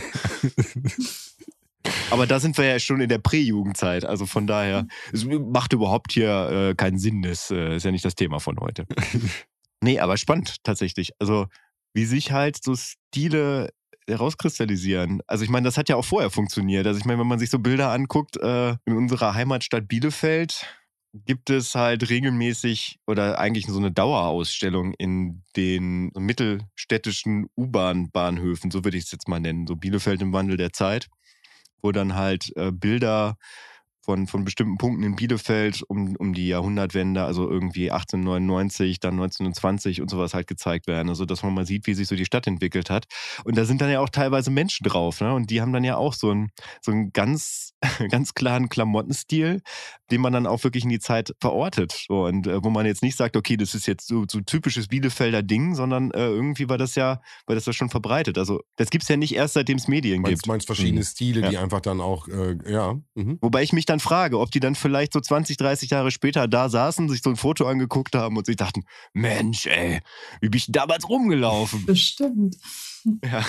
Speaker 2: Aber da sind wir ja schon in der Präjugendzeit. Also von daher, es macht überhaupt hier äh, keinen Sinn. Das äh, ist ja nicht das Thema von heute. Nee, aber spannend tatsächlich. Also wie sich halt so Stile herauskristallisieren. Also ich meine, das hat ja auch vorher funktioniert. Also ich meine, wenn man sich so Bilder anguckt, äh, in unserer Heimatstadt Bielefeld gibt es halt regelmäßig oder eigentlich so eine Dauerausstellung in den mittelstädtischen U-Bahn-Bahnhöfen, so würde ich es jetzt mal nennen, so Bielefeld im Wandel der Zeit, wo dann halt äh, Bilder von, von bestimmten Punkten in Bielefeld um, um die Jahrhundertwende, also irgendwie achtzehnhundertneunundneunzig, dann neunzehnhundertzwanzig und sowas halt gezeigt werden. Also dass man mal sieht, wie sich so die Stadt entwickelt hat. Und da sind dann ja auch teilweise Menschen drauf, ne? Und die haben dann ja auch so einen, so einen ganz, ganz klaren Klamottenstil, den man dann auch wirklich in die Zeit verortet. So, und äh, wo man jetzt nicht sagt, okay, das ist jetzt so, so typisches Bielefelder Ding, sondern äh, irgendwie war das ja, war das ja schon verbreitet. Also das gibt's ja nicht erst, seitdem es Medien
Speaker 4: Meinst,
Speaker 2: gibt.
Speaker 4: meinst verschiedene
Speaker 2: Mhm.
Speaker 4: Stile, die
Speaker 2: Ja.
Speaker 4: einfach dann auch, äh, ja. Mhm.
Speaker 2: Wobei ich mich dann frage, ob die dann vielleicht so zwanzig, dreißig Jahre später da saßen, sich so ein Foto angeguckt haben und sich dachten, Mensch, ey, wie bin ich denn damals rumgelaufen?
Speaker 3: Bestimmt.
Speaker 2: Ja.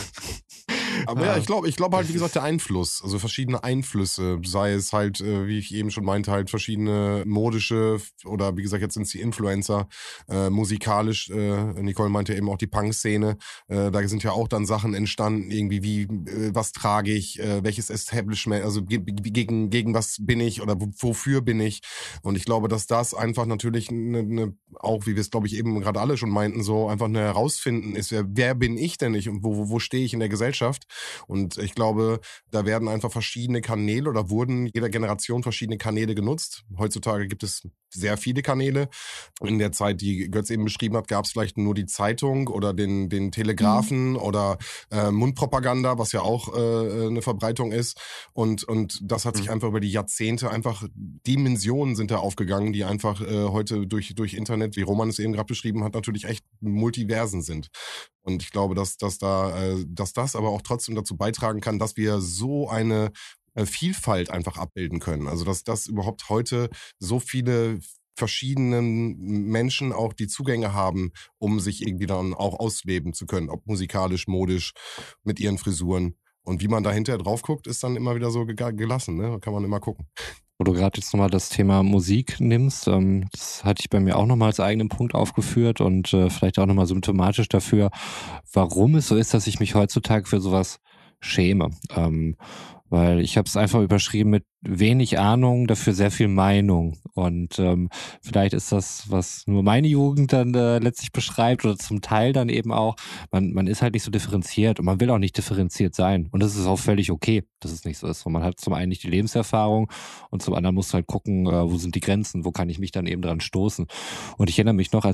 Speaker 4: Aber ja, ich glaube, ich glaube halt, wie gesagt, der Einfluss, also verschiedene Einflüsse, sei es halt, äh, wie ich eben schon meinte, halt verschiedene modische oder wie gesagt, jetzt sind es die Influencer, äh, musikalisch, äh, Nicole meinte eben auch die Punk-Szene, äh, da sind ja auch dann Sachen entstanden, irgendwie wie, äh, was trage ich, äh, welches Establishment, also ge gegen, gegen was bin ich oder wofür bin ich, und ich glaube, dass das einfach natürlich eine, eine auch, wie wir es glaube ich eben gerade alle schon meinten, so einfach eine Herausfinden ist, wer, wer bin ich denn nicht und wo, wo, wo stehe ich in der Gesellschaft. Und ich glaube, da werden einfach verschiedene Kanäle oder wurden jeder Generation verschiedene Kanäle genutzt. Heutzutage gibt es sehr viele Kanäle. In der Zeit, die Götz eben beschrieben hat, gab es vielleicht nur die Zeitung oder den, den Telegrafen mhm. oder äh, Mundpropaganda, was ja auch äh, eine Verbreitung ist. Und, und das hat sich mhm. einfach über die Jahrzehnte einfach, Dimensionen sind da aufgegangen, die einfach äh, heute durch, durch Internet, wie Roman es eben gerade beschrieben hat, natürlich echt Multiversen sind. Und ich glaube, dass, dass, da, äh, dass das aber auch trotzdem dazu beitragen kann, dass wir so eine äh, Vielfalt einfach abbilden können. Also dass das überhaupt heute so viele verschiedenen Menschen auch die Zugänge haben, um sich irgendwie dann auch ausleben zu können, ob musikalisch, modisch, mit ihren Frisuren. Und wie man da hinterher drauf guckt, ist dann immer wieder so gelassen, ne? Kann man immer gucken.
Speaker 5: Wo du gerade jetzt nochmal das Thema Musik nimmst, ähm, das hatte ich bei mir auch nochmal als eigenen Punkt aufgeführt und äh, vielleicht auch nochmal symptomatisch dafür, warum es so ist, dass ich mich heutzutage für sowas schäme. Ähm, weil ich habe es einfach überschrieben mit wenig Ahnung, dafür sehr viel Meinung. Und ähm, vielleicht ist das, was nur meine Jugend dann äh, letztlich beschreibt oder zum Teil dann eben auch, man, man ist halt nicht so differenziert und man will auch nicht differenziert sein. Und das ist auch völlig okay, dass es nicht so ist. Und man hat zum einen nicht die Lebenserfahrung und zum anderen muss halt gucken, äh, wo sind die Grenzen, wo kann ich mich dann eben dran stoßen. Und ich erinnere mich noch, als ich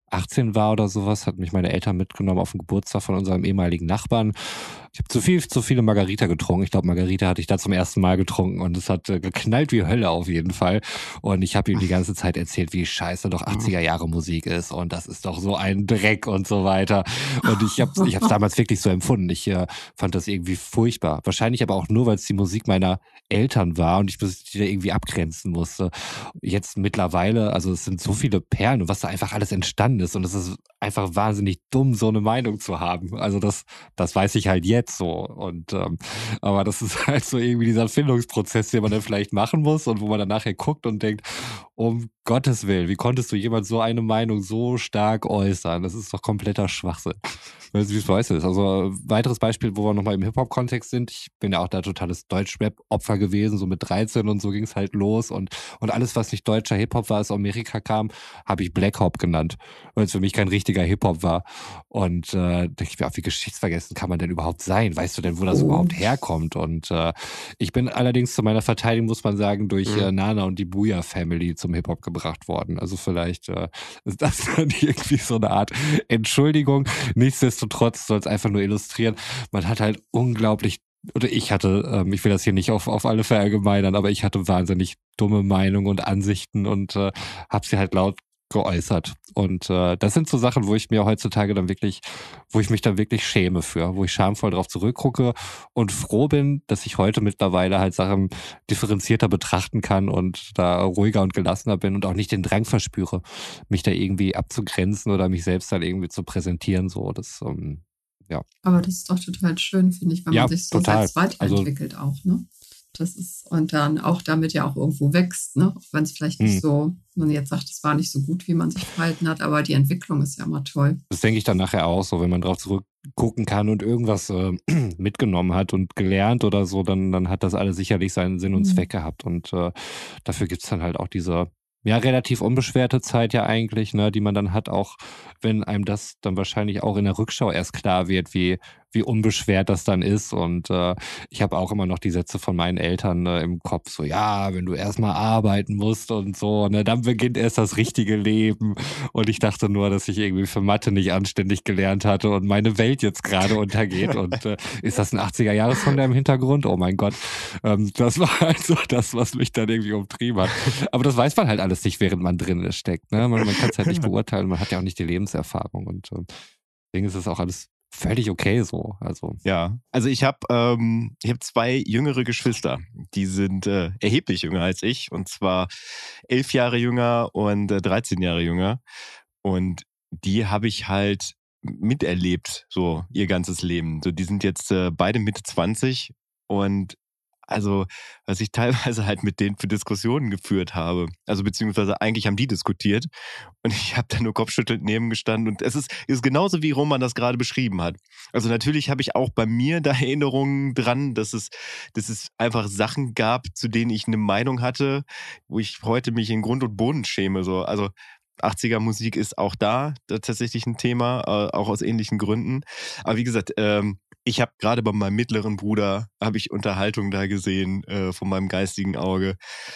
Speaker 5: achtzehn war oder sowas, hat mich meine Eltern mitgenommen auf den Geburtstag von unserem ehemaligen Nachbarn. Ich habe zu viel, zu viele Margarita getrunken. Ich glaube, Margarita hatte ich da zum ersten Mal getrunken und es hat äh, geknallt wie Hölle auf jeden Fall. Und ich habe ihm die ganze Zeit erzählt, wie scheiße doch achtziger Jahre Musik ist und das ist doch so ein Dreck und so weiter. Und ich habe ich habe es damals wirklich so empfunden. Ich äh, fand das irgendwie furchtbar. Wahrscheinlich aber auch nur, weil es die Musik meiner Eltern war und ich die da irgendwie abgrenzen musste. Jetzt mittlerweile, also es sind so viele Perlen und was da einfach alles entstanden ist und es ist einfach wahnsinnig dumm, so eine Meinung zu haben. Also das, das weiß ich halt jetzt so. Und ähm, aber das ist halt so irgendwie dieser Findungsprozess, den man dann vielleicht machen muss und wo man dann nachher guckt und denkt, um Gottes Willen, wie konntest du jemand so eine Meinung so stark äußern? Das ist doch kompletter Schwachsinn. Weißt du, wie es bei euch ist? Also weiteres Beispiel, wo wir nochmal im Hip-Hop-Kontext sind. Ich bin ja auch da totales Deutsch-Rap-Opfer gewesen, so mit dreizehn und so ging es halt los. Und, und alles, was nicht deutscher Hip-Hop war, als aus Amerika kam, habe ich Black Hop genannt, weil es für mich kein richtiger Hip-Hop war. Und äh, denke ich mir auch, wie geschichtsvergessen kann man denn überhaupt sein? Weißt du denn, wo das oh. überhaupt herkommt? Und äh, ich bin allerdings zu meiner Verteidigung, muss man sagen, durch mhm. äh, Nana und die Booyah Family zum Hip-Hop gebracht worden. Also vielleicht äh, ist das dann irgendwie so eine Art Entschuldigung. Nichtsdestotrotz soll es einfach nur illustrieren. Man hat halt unglaublich, oder ich hatte, ähm, ich will das hier nicht auf, auf alle verallgemeinern, aber ich hatte wahnsinnig dumme Meinungen und Ansichten und äh, habe sie halt laut geäußert. Und äh, das sind so Sachen, wo ich mir heutzutage dann wirklich, wo ich mich dann wirklich schäme für, wo ich schamvoll drauf zurückgucke und froh bin, dass ich heute mittlerweile halt Sachen differenzierter betrachten kann und da ruhiger und gelassener bin und auch nicht den Drang verspüre, mich da irgendwie abzugrenzen oder mich selbst dann irgendwie zu präsentieren. So, das, ähm, ja.
Speaker 3: Aber das ist doch total schön, finde ich, wenn
Speaker 5: ja,
Speaker 3: man sich so
Speaker 5: total.
Speaker 3: selbst weiterentwickelt also, auch, ne? Das ist, und dann auch damit ja auch irgendwo wächst, ne? Auch wenn es vielleicht nicht hm. so, man jetzt sagt, es war nicht so gut, wie man sich verhalten hat, aber die Entwicklung ist ja immer toll.
Speaker 5: Das denke ich dann nachher auch so, wenn man drauf zurückgucken kann und irgendwas äh, mitgenommen hat und gelernt oder so, dann, dann hat das alles sicherlich seinen Sinn und mhm. Zweck gehabt. Und äh, dafür gibt es dann halt auch diese ja relativ unbeschwerte Zeit ja eigentlich, ne, die man dann hat, auch wenn einem das dann wahrscheinlich auch in der Rückschau erst klar wird, wie wie unbeschwert das dann ist. Und äh, ich habe auch immer noch die Sätze von meinen Eltern äh, im Kopf, so ja, wenn du erstmal arbeiten musst und so, ne, dann beginnt erst das richtige Leben. Und ich dachte nur, dass ich irgendwie für Mathe nicht anständig gelernt hatte und meine Welt jetzt gerade untergeht. Und äh, ist das ein achtziger-Jahres-Song da im Hintergrund? Oh mein Gott. Ähm, das war halt so das, was mich dann irgendwie umtrieben hat. Aber das weiß man halt alles nicht, während man drin steckt. Ne? Man, man kann es halt nicht beurteilen, man hat ja auch nicht die Lebenserfahrung. Und äh, deswegen ist es auch alles völlig okay so. Also
Speaker 2: ja, also ich habe ähm, ich habe zwei jüngere Geschwister, die sind äh, erheblich jünger als ich, und zwar elf Jahre jünger und äh, dreizehn Jahre jünger, und die habe ich halt miterlebt, so ihr ganzes Leben. So, die sind jetzt äh, beide Mitte zwanzig, und also, was ich teilweise halt mit denen für Diskussionen geführt habe. Also beziehungsweise eigentlich haben die diskutiert und ich habe da nur kopfschüttelnd neben gestanden, und es ist, ist genauso, wie Roman das gerade beschrieben hat. Also natürlich habe ich auch bei mir da Erinnerungen dran, dass es, dass es einfach Sachen gab, zu denen ich eine Meinung hatte, wo ich heute mich in Grund und Boden schäme. So. Also achtziger Musik ist auch da tatsächlich ein Thema, auch aus ähnlichen Gründen. Aber wie gesagt, ähm, ich habe gerade bei meinem mittleren Bruder, habe ich Unterhaltung da gesehen äh, von meinem geistigen Auge,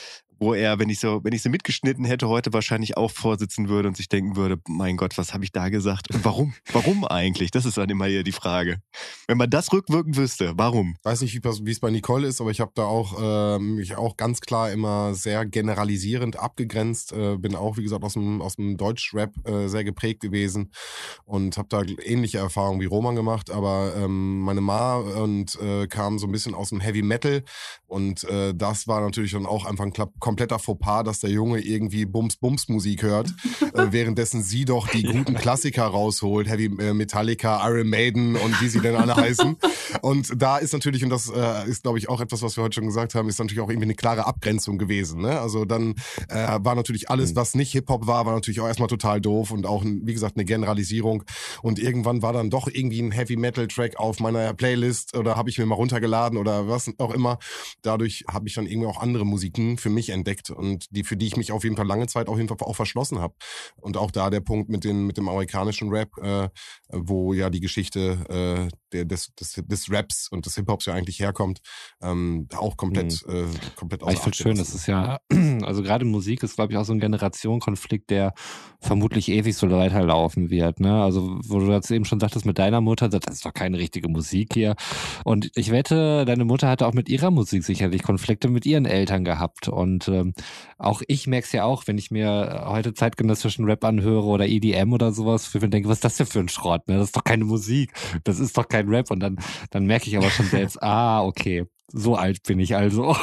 Speaker 2: wo er, wenn ich so, wenn ich sie mitgeschnitten hätte, heute wahrscheinlich auch vorsitzen würde und sich denken würde, mein Gott, was habe ich da gesagt? Und warum? Warum eigentlich? Das ist dann immer hier die Frage. Wenn man das rückwirkend wüsste, warum?
Speaker 4: Ich weiß nicht, wie es bei Nicole ist, aber ich habe da auch ähm, mich auch ganz klar immer sehr generalisierend abgegrenzt. Äh, bin auch, wie gesagt, aus dem, aus dem Deutsch-Rap äh, sehr geprägt gewesen und habe da ähnliche Erfahrungen wie Roman gemacht. Aber ähm, meine Ma und äh, kam so ein bisschen aus dem Heavy Metal, und äh, das war natürlich dann auch einfach ein Klapp kompletter Fauxpas, dass der Junge irgendwie Bums-Bums-Musik hört, äh, währenddessen sie doch die guten Klassiker rausholt, Heavy äh, Metallica, Iron Maiden und wie sie denn alle heißen. Und da ist natürlich, und das äh, ist, glaube ich, auch etwas, was wir heute schon gesagt haben, ist natürlich auch irgendwie eine klare Abgrenzung gewesen. Ne? Also dann äh, war natürlich alles, was nicht Hip-Hop war, war natürlich auch erstmal total doof und auch, wie gesagt, eine Generalisierung. Und irgendwann war dann doch irgendwie ein Heavy-Metal-Track auf meiner Playlist oder habe ich mir mal runtergeladen oder was auch immer. Dadurch habe ich dann irgendwie auch andere Musiken für mich entdeckt, und die, für die ich mich auf jeden Fall lange Zeit auf jeden Fall auch verschlossen habe. Und auch da der Punkt mit, den, mit dem amerikanischen Rap, äh, wo ja die Geschichte äh, der, des, des, des Raps und des Hip-Hops ja eigentlich herkommt, ähm, auch komplett, mhm. äh, komplett außer
Speaker 5: Ich finde schön, das ist ja, also gerade Musik ist, glaube ich, auch so ein Generationenkonflikt, der vermutlich ewig so weiterlaufen wird, ne? Also, wo du jetzt eben schon sagtest mit deiner Mutter, das ist doch keine richtige Musik hier. Und ich wette, deine Mutter hatte auch mit ihrer Musik sicherlich Konflikte mit ihren Eltern gehabt. Und ähm, auch ich merke es ja auch, wenn ich mir heute zeitgenössischen Rap anhöre oder E D M oder sowas, für mich denke, was ist das denn für ein Schrott, ne? Das ist doch keine Musik, das ist doch kein Rap. Und dann, dann merke ich aber schon selbst, ah, okay, so alt bin ich also.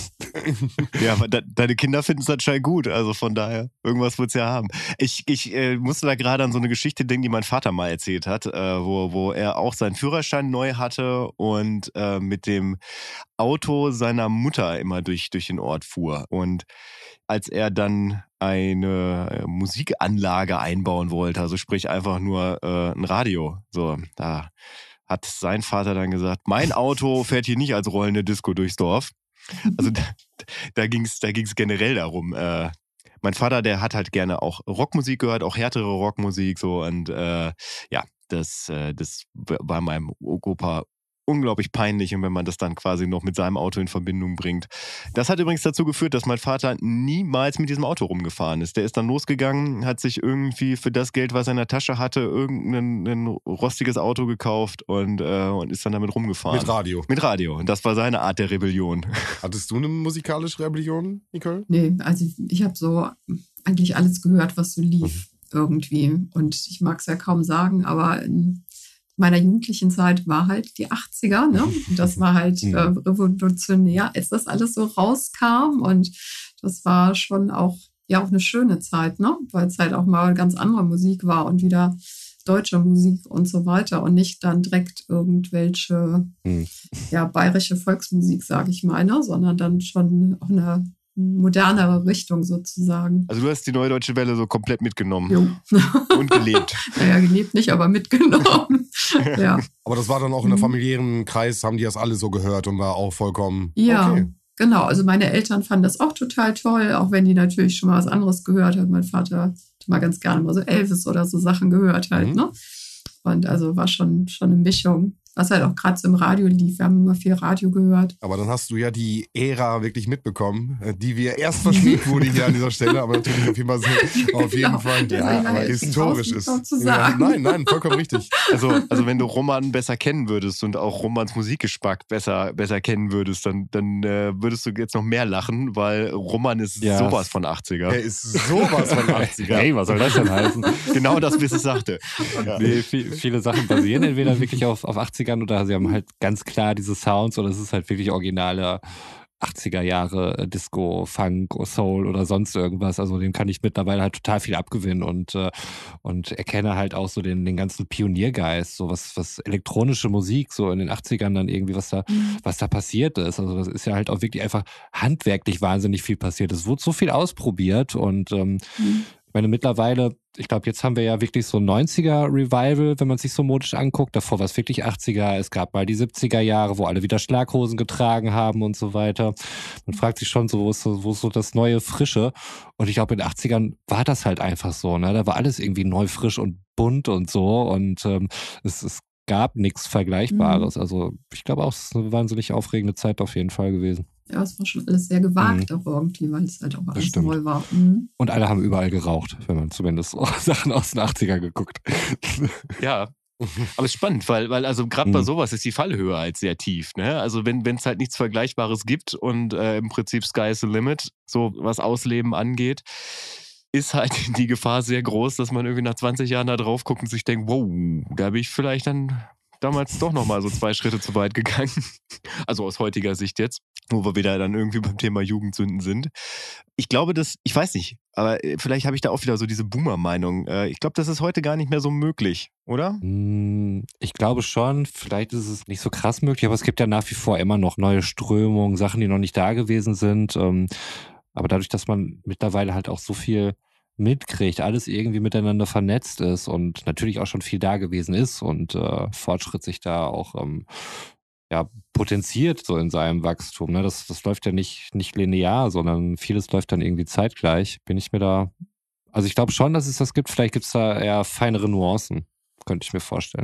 Speaker 2: Ja, aber de- deine Kinder finden es anscheinend gut, also von daher, irgendwas wird's ja haben. Ich, ich äh, musste da gerade an so eine Geschichte denken, die mein Vater mal erzählt hat, äh, wo, wo er auch seinen Führerschein neu hatte und äh, mit dem Auto seiner Mutter immer durch, durch den Ort fuhr. Und als er dann eine Musikanlage einbauen wollte, also sprich einfach nur äh, ein Radio, so, da hat sein Vater dann gesagt, mein Auto fährt hier nicht als rollende Disco durchs Dorf. Also da, da ging es da ging's generell darum. Äh, mein Vater, der hat halt gerne auch Rockmusik gehört, auch härtere Rockmusik so und äh, ja, das, äh, das war meinem Opa unglaublich peinlich und wenn man das dann quasi noch mit seinem Auto in Verbindung bringt. Das hat übrigens dazu geführt, dass mein Vater niemals mit diesem Auto rumgefahren ist. Der ist dann losgegangen, hat sich irgendwie für das Geld, was er in der Tasche hatte, irgendein ein rostiges Auto gekauft und, äh, und ist dann damit rumgefahren.
Speaker 4: Mit Radio.
Speaker 2: Mit Radio. Und das war seine Art der Rebellion.
Speaker 4: Hattest du eine musikalische Rebellion, Nicole?
Speaker 3: Nee, also ich habe so eigentlich alles gehört, was so lief mhm. irgendwie. Und ich mag es ja kaum sagen, aber in meiner jugendlichen Zeit war halt die achtziger, ne? Und das war halt äh, revolutionär, als das alles so rauskam. Und das war schon auch, ja, auch eine schöne Zeit, ne? Weil es halt auch mal ganz andere Musik war und wieder deutsche Musik und so weiter und nicht dann direkt irgendwelche, hm. ja, bayerische Volksmusik, sage ich mal, ne? Sondern dann schon auch eine modernere Richtung sozusagen.
Speaker 2: Also du hast die Neue Deutsche Welle so komplett mitgenommen.
Speaker 3: Jo.
Speaker 2: Und gelebt.
Speaker 3: Naja, gelebt nicht, aber mitgenommen. Ja.
Speaker 4: Aber das war dann auch in der familiären Kreis, haben die das alle so gehört und war auch vollkommen
Speaker 3: ja.
Speaker 4: Okay.
Speaker 3: Genau, also meine Eltern fanden das auch total toll, auch wenn die natürlich schon mal was anderes gehört haben. Mein Vater hat mal ganz gerne mal so Elvis oder so Sachen gehört halt, mhm. ne? Und also war schon, schon eine Mischung. Was halt auch gerade so im Radio lief. Wir haben immer viel Radio gehört.
Speaker 4: Aber dann hast du ja die Ära wirklich mitbekommen, die wir erst verschmäht wurde hier an dieser Stelle, aber natürlich auf jeden Fall, so, auf jeden
Speaker 3: genau.
Speaker 4: Fall ja,
Speaker 3: ja,
Speaker 4: aber historisch ist.
Speaker 3: Ja,
Speaker 4: nein, nein, vollkommen richtig.
Speaker 2: Also, also wenn du Roman besser kennen würdest und auch Romans Musikgeschmack besser, besser kennen würdest, dann, dann äh, würdest du jetzt noch mehr lachen, weil Roman ist ja. sowas von achtziger.
Speaker 4: Er ist sowas von achtziger.
Speaker 5: Hey, was soll das denn heißen?
Speaker 2: Genau das, wie es sagte.
Speaker 5: Ja. Nee, viel, viele Sachen basieren entweder wirklich auf, auf achtziger oder sie haben halt ganz klar diese Sounds oder es ist halt wirklich originale achtziger Jahre Disco, Funk, Soul oder sonst irgendwas. Also dem kann ich mittlerweile halt total viel abgewinnen und, äh, und erkenne halt auch so den, den ganzen Pioniergeist, so was, was elektronische Musik so in den achtzigern dann irgendwie, was da, mhm. was da passiert ist. Also das ist ja halt auch wirklich einfach handwerklich wahnsinnig viel passiert. Es wurde so viel ausprobiert und ähm, mhm. ich meine, mittlerweile, ich glaube, jetzt haben wir ja wirklich so ein neunziger-Revival, wenn man sich so modisch anguckt. Davor war es wirklich achtziger. Es gab mal die siebziger Jahre, wo alle wieder Schlaghosen getragen haben und so weiter. Man fragt sich schon so, wo ist so, wo ist so das neue Frische? Und ich glaube, in den achtzigern war das halt einfach so, ne? Da war alles irgendwie neu, frisch und bunt und so. Und ähm, es, es gab nichts Vergleichbares. Mhm. Also ich glaube auch, es ist eine wahnsinnig aufregende Zeit auf jeden Fall gewesen.
Speaker 3: Ja, es war schon alles sehr gewagt mhm. auch irgendwie, weil es halt auch alles Bestimmt. neu war. Mhm.
Speaker 5: Und alle haben überall geraucht, wenn man zumindest so Sachen aus den achtziger geguckt.
Speaker 2: Ja, aber es ist spannend, weil, weil also gerade mhm. bei sowas ist die Fallhöhe halt sehr tief. Ne? Also wenn es halt nichts Vergleichbares gibt und äh, im Prinzip Sky is the limit, so was Ausleben angeht, ist halt die Gefahr sehr groß, dass man irgendwie nach zwanzig Jahren da drauf guckt und sich denkt, wow, da bin ich vielleicht dann damals doch nochmal so zwei Schritte zu weit gegangen. Also aus heutiger Sicht jetzt, wo wir wieder dann irgendwie beim Thema Jugendsünden sind. Ich glaube, dass, ich weiß nicht, aber vielleicht habe ich da auch wieder so diese Boomer-Meinung. Ich glaube, das ist heute gar nicht mehr so möglich, oder?
Speaker 5: Ich glaube schon, vielleicht ist es nicht so krass möglich, aber es gibt ja nach wie vor immer noch neue Strömungen, Sachen, die noch nicht da gewesen sind. Aber dadurch, dass man mittlerweile halt auch so viel mitkriegt, alles irgendwie miteinander vernetzt ist und natürlich auch schon viel da gewesen ist und äh, Fortschritt sich da auch ähm, ja, potenziert so in seinem Wachstum. Ne? Das, das läuft ja nicht, nicht linear, sondern vieles läuft dann irgendwie zeitgleich. Bin ich mir da, also ich glaube schon, dass es das gibt. Vielleicht gibt es da eher feinere Nuancen, könnte ich mir vorstellen.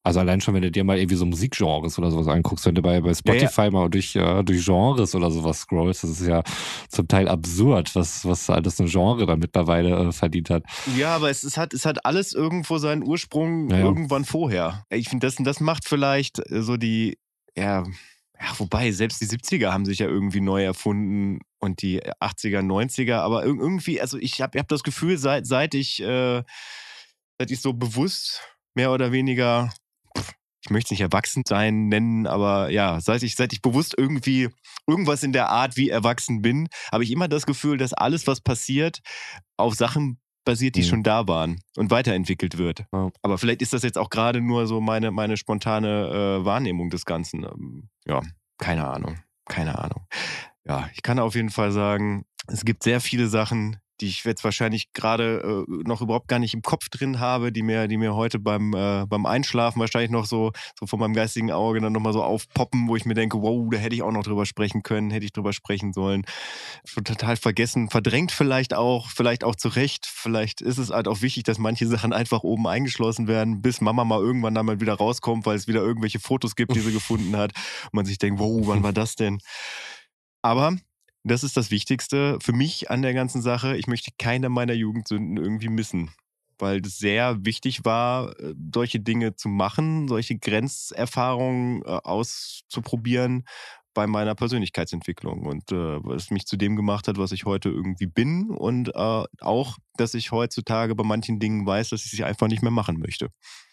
Speaker 5: Also allein schon, wenn du dir mal irgendwie so Musikgenres oder sowas anguckst, wenn du bei, bei Spotify ja, ja. mal durch, äh, durch Genres oder sowas scrollst, das ist ja zum Teil absurd, was, was alles ein Genre dann mittlerweile äh, verdient hat.
Speaker 2: Ja, aber es, es, hat, es hat alles irgendwo seinen Ursprung ja, ja. irgendwann vorher. Ich finde, das, das macht vielleicht so die, ja, ja, wobei, selbst die siebziger haben sich ja irgendwie neu erfunden und die achtziger, neunziger, aber irgendwie, also ich habe hab das Gefühl, seit, seit ich, äh, seit ich so bewusst mehr oder weniger, ich möchte es nicht erwachsen sein nennen, aber ja, seit ich, seit ich bewusst irgendwie irgendwas in der Art wie erwachsen bin, habe ich immer das Gefühl, dass alles, was passiert, auf Sachen basiert, die mhm. schon da waren und weiterentwickelt wird. Ja. Aber vielleicht ist das jetzt auch gerade nur so meine, meine spontane äh, Wahrnehmung des Ganzen. Ähm, ja, keine Ahnung, keine Ahnung. Ja, ich kann auf jeden Fall sagen, es gibt sehr viele Sachen, die ich jetzt wahrscheinlich gerade äh, noch überhaupt gar nicht im Kopf drin habe, die mir, die mir heute beim, äh, beim Einschlafen wahrscheinlich noch so, so von meinem geistigen Auge dann nochmal so aufpoppen, wo ich mir denke, wow, da hätte ich auch noch drüber sprechen können, hätte ich drüber sprechen sollen. Schon total vergessen, verdrängt vielleicht auch, vielleicht auch zu Recht. Vielleicht ist es halt auch wichtig, dass manche Sachen einfach oben eingeschlossen werden, bis Mama mal irgendwann dann mal wieder rauskommt, weil es wieder irgendwelche Fotos gibt, die sie gefunden hat. Und man sich denkt, wow, wann war das denn? Aber das ist das Wichtigste für mich an der ganzen Sache. Ich möchte keine meiner Jugendsünden irgendwie missen, weil es sehr wichtig war, solche Dinge zu machen, solche Grenzerfahrungen äh, auszuprobieren bei meiner Persönlichkeitsentwicklung und äh, was mich zu dem gemacht hat, was ich heute irgendwie bin und äh, auch, dass ich heutzutage bei manchen Dingen weiß, dass ich sie einfach nicht mehr machen möchte.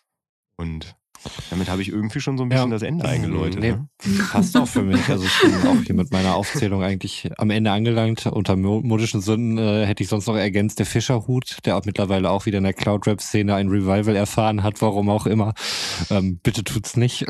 Speaker 2: Und damit habe ich irgendwie schon so ein bisschen ja. das Ende eingeläutet. Nee, ne?
Speaker 5: Passt auch für mich. Also ich bin auch hier mit meiner Aufzählung eigentlich am Ende angelangt. Unter modischen Sünden äh, hätte ich sonst noch ergänzt der Fischerhut, der auch mittlerweile auch wieder in der Cloud-Rap-Szene ein Revival erfahren hat, warum auch immer. Ähm, bitte tut's nicht.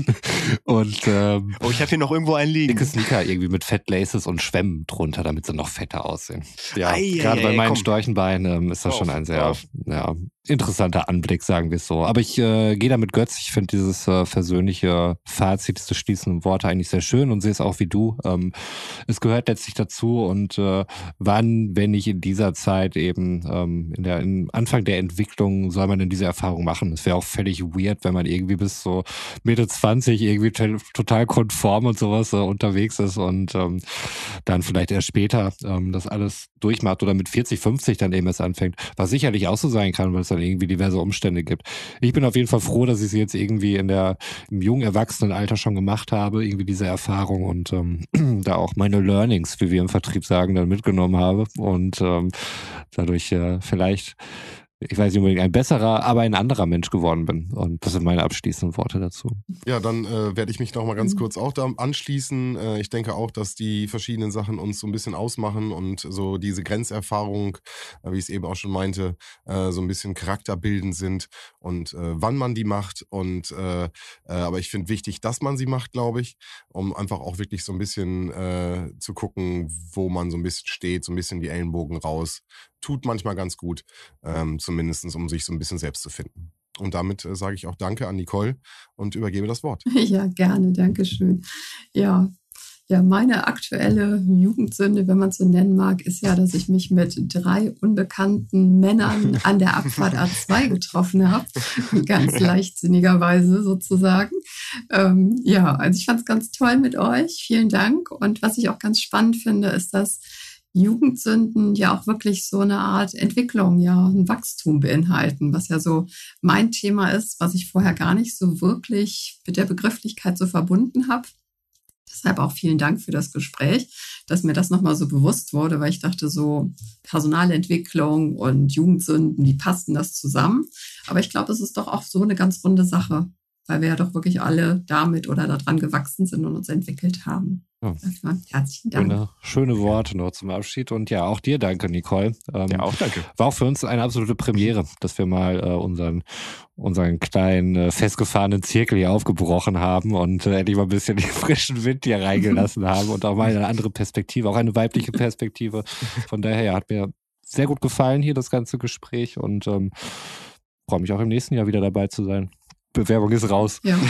Speaker 5: Und ähm,
Speaker 2: oh, ich habe hier noch irgendwo einen liegen.
Speaker 5: Dicke Sneaker irgendwie mit Fettlaces und Schwämmen drunter, damit sie noch fetter aussehen. Ja,
Speaker 2: ei,
Speaker 5: gerade
Speaker 2: ei,
Speaker 5: bei
Speaker 2: ei,
Speaker 5: meinen
Speaker 2: komm.
Speaker 5: Storchenbeinen ähm, ist das
Speaker 2: auf,
Speaker 5: schon ein sehr
Speaker 2: auf.
Speaker 5: ja, interessanter Anblick, sagen wir es so. Aber ich äh, gehe damit Götz. Ich finde dieses äh, versöhnliche Fazit, diese schließenden Worte eigentlich sehr schön und sehe es auch wie du. Ähm, es gehört letztlich dazu und äh, wann, wenn nicht in dieser Zeit eben ähm, in der im Anfang der Entwicklung soll man denn diese Erfahrung machen? Es wäre auch völlig weird, wenn man irgendwie bis so Mitte zwanzig irgendwie t- total konform und sowas äh, unterwegs ist und ähm, dann vielleicht erst später ähm, das alles durchmacht oder mit vierzig, fünfzig dann eben erst anfängt, was sicherlich auch so sein kann, weil es dann irgendwie diverse Umstände gibt. Ich bin auf jeden Fall froh, dass ich sie jetzt irgendwie in der im jungen Erwachsenenalter schon gemacht habe, irgendwie diese Erfahrung und ähm, da auch meine Learnings, wie wir im Vertrieb sagen, dann mitgenommen habe und ähm, dadurch äh, vielleicht, ich weiß nicht unbedingt ein besserer, aber ein anderer Mensch geworden bin. Und das sind meine abschließenden Worte dazu.
Speaker 4: Ja, dann äh, werde ich mich noch mal ganz kurz auch da anschließen. Äh, ich denke auch, dass die verschiedenen Sachen uns so ein bisschen ausmachen und so diese Grenzerfahrung, äh, wie ich es eben auch schon meinte, äh, so ein bisschen charakterbildend sind und äh, wann man die macht. Und äh, äh, aber ich finde wichtig, dass man sie macht, glaube ich, um einfach auch wirklich so ein bisschen äh, zu gucken, wo man so ein bisschen steht, so ein bisschen die Ellenbogen raus. Tut manchmal ganz gut, ähm, zumindest um sich so ein bisschen selbst zu finden. Und damit äh, sage ich auch Danke an Nicole und übergebe das Wort.
Speaker 3: Ja, gerne, danke schön. Ja, ja, meine aktuelle Jugendsünde, wenn man es so nennen mag, ist ja, dass ich mich mit drei unbekannten Männern an der Abfahrt A zwei getroffen habe. Ganz leichtsinnigerweise sozusagen. Ähm, ja, also ich fand es ganz toll mit euch. Vielen Dank. Und was ich auch ganz spannend finde, ist, dass Jugendsünden ja auch wirklich so eine Art Entwicklung, ja, ein Wachstum beinhalten, was ja so mein Thema ist, was ich vorher gar nicht so wirklich mit der Begrifflichkeit so verbunden habe. Deshalb auch vielen Dank für das Gespräch, dass mir das nochmal so bewusst wurde, weil ich dachte so, Personalentwicklung und Jugendsünden, wie passen das zusammen? Aber ich glaube, es ist doch auch so eine ganz runde Sache, weil wir ja doch wirklich alle damit oder daran gewachsen sind und uns entwickelt haben.
Speaker 5: Ja.
Speaker 3: Dafür herzlichen Dank.
Speaker 5: Schöne, schöne Worte noch zum Abschied und ja, auch dir danke, Nicole. Ähm,
Speaker 2: ja, auch danke.
Speaker 5: War auch für uns eine absolute Premiere, dass wir mal äh, unseren unseren kleinen äh, festgefahrenen Zirkel hier aufgebrochen haben und äh, endlich mal ein bisschen den frischen Wind hier reingelassen haben und auch mal eine andere Perspektive, auch eine weibliche Perspektive. Von daher ja, hat mir sehr gut gefallen hier das ganze Gespräch und ähm, freue mich auch im nächsten Jahr wieder dabei zu sein. Bewerbung ist raus.
Speaker 3: Ja.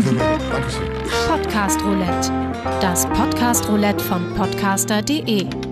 Speaker 1: Podcast Roulette. Das Podcast Roulette von podcaster punkt de.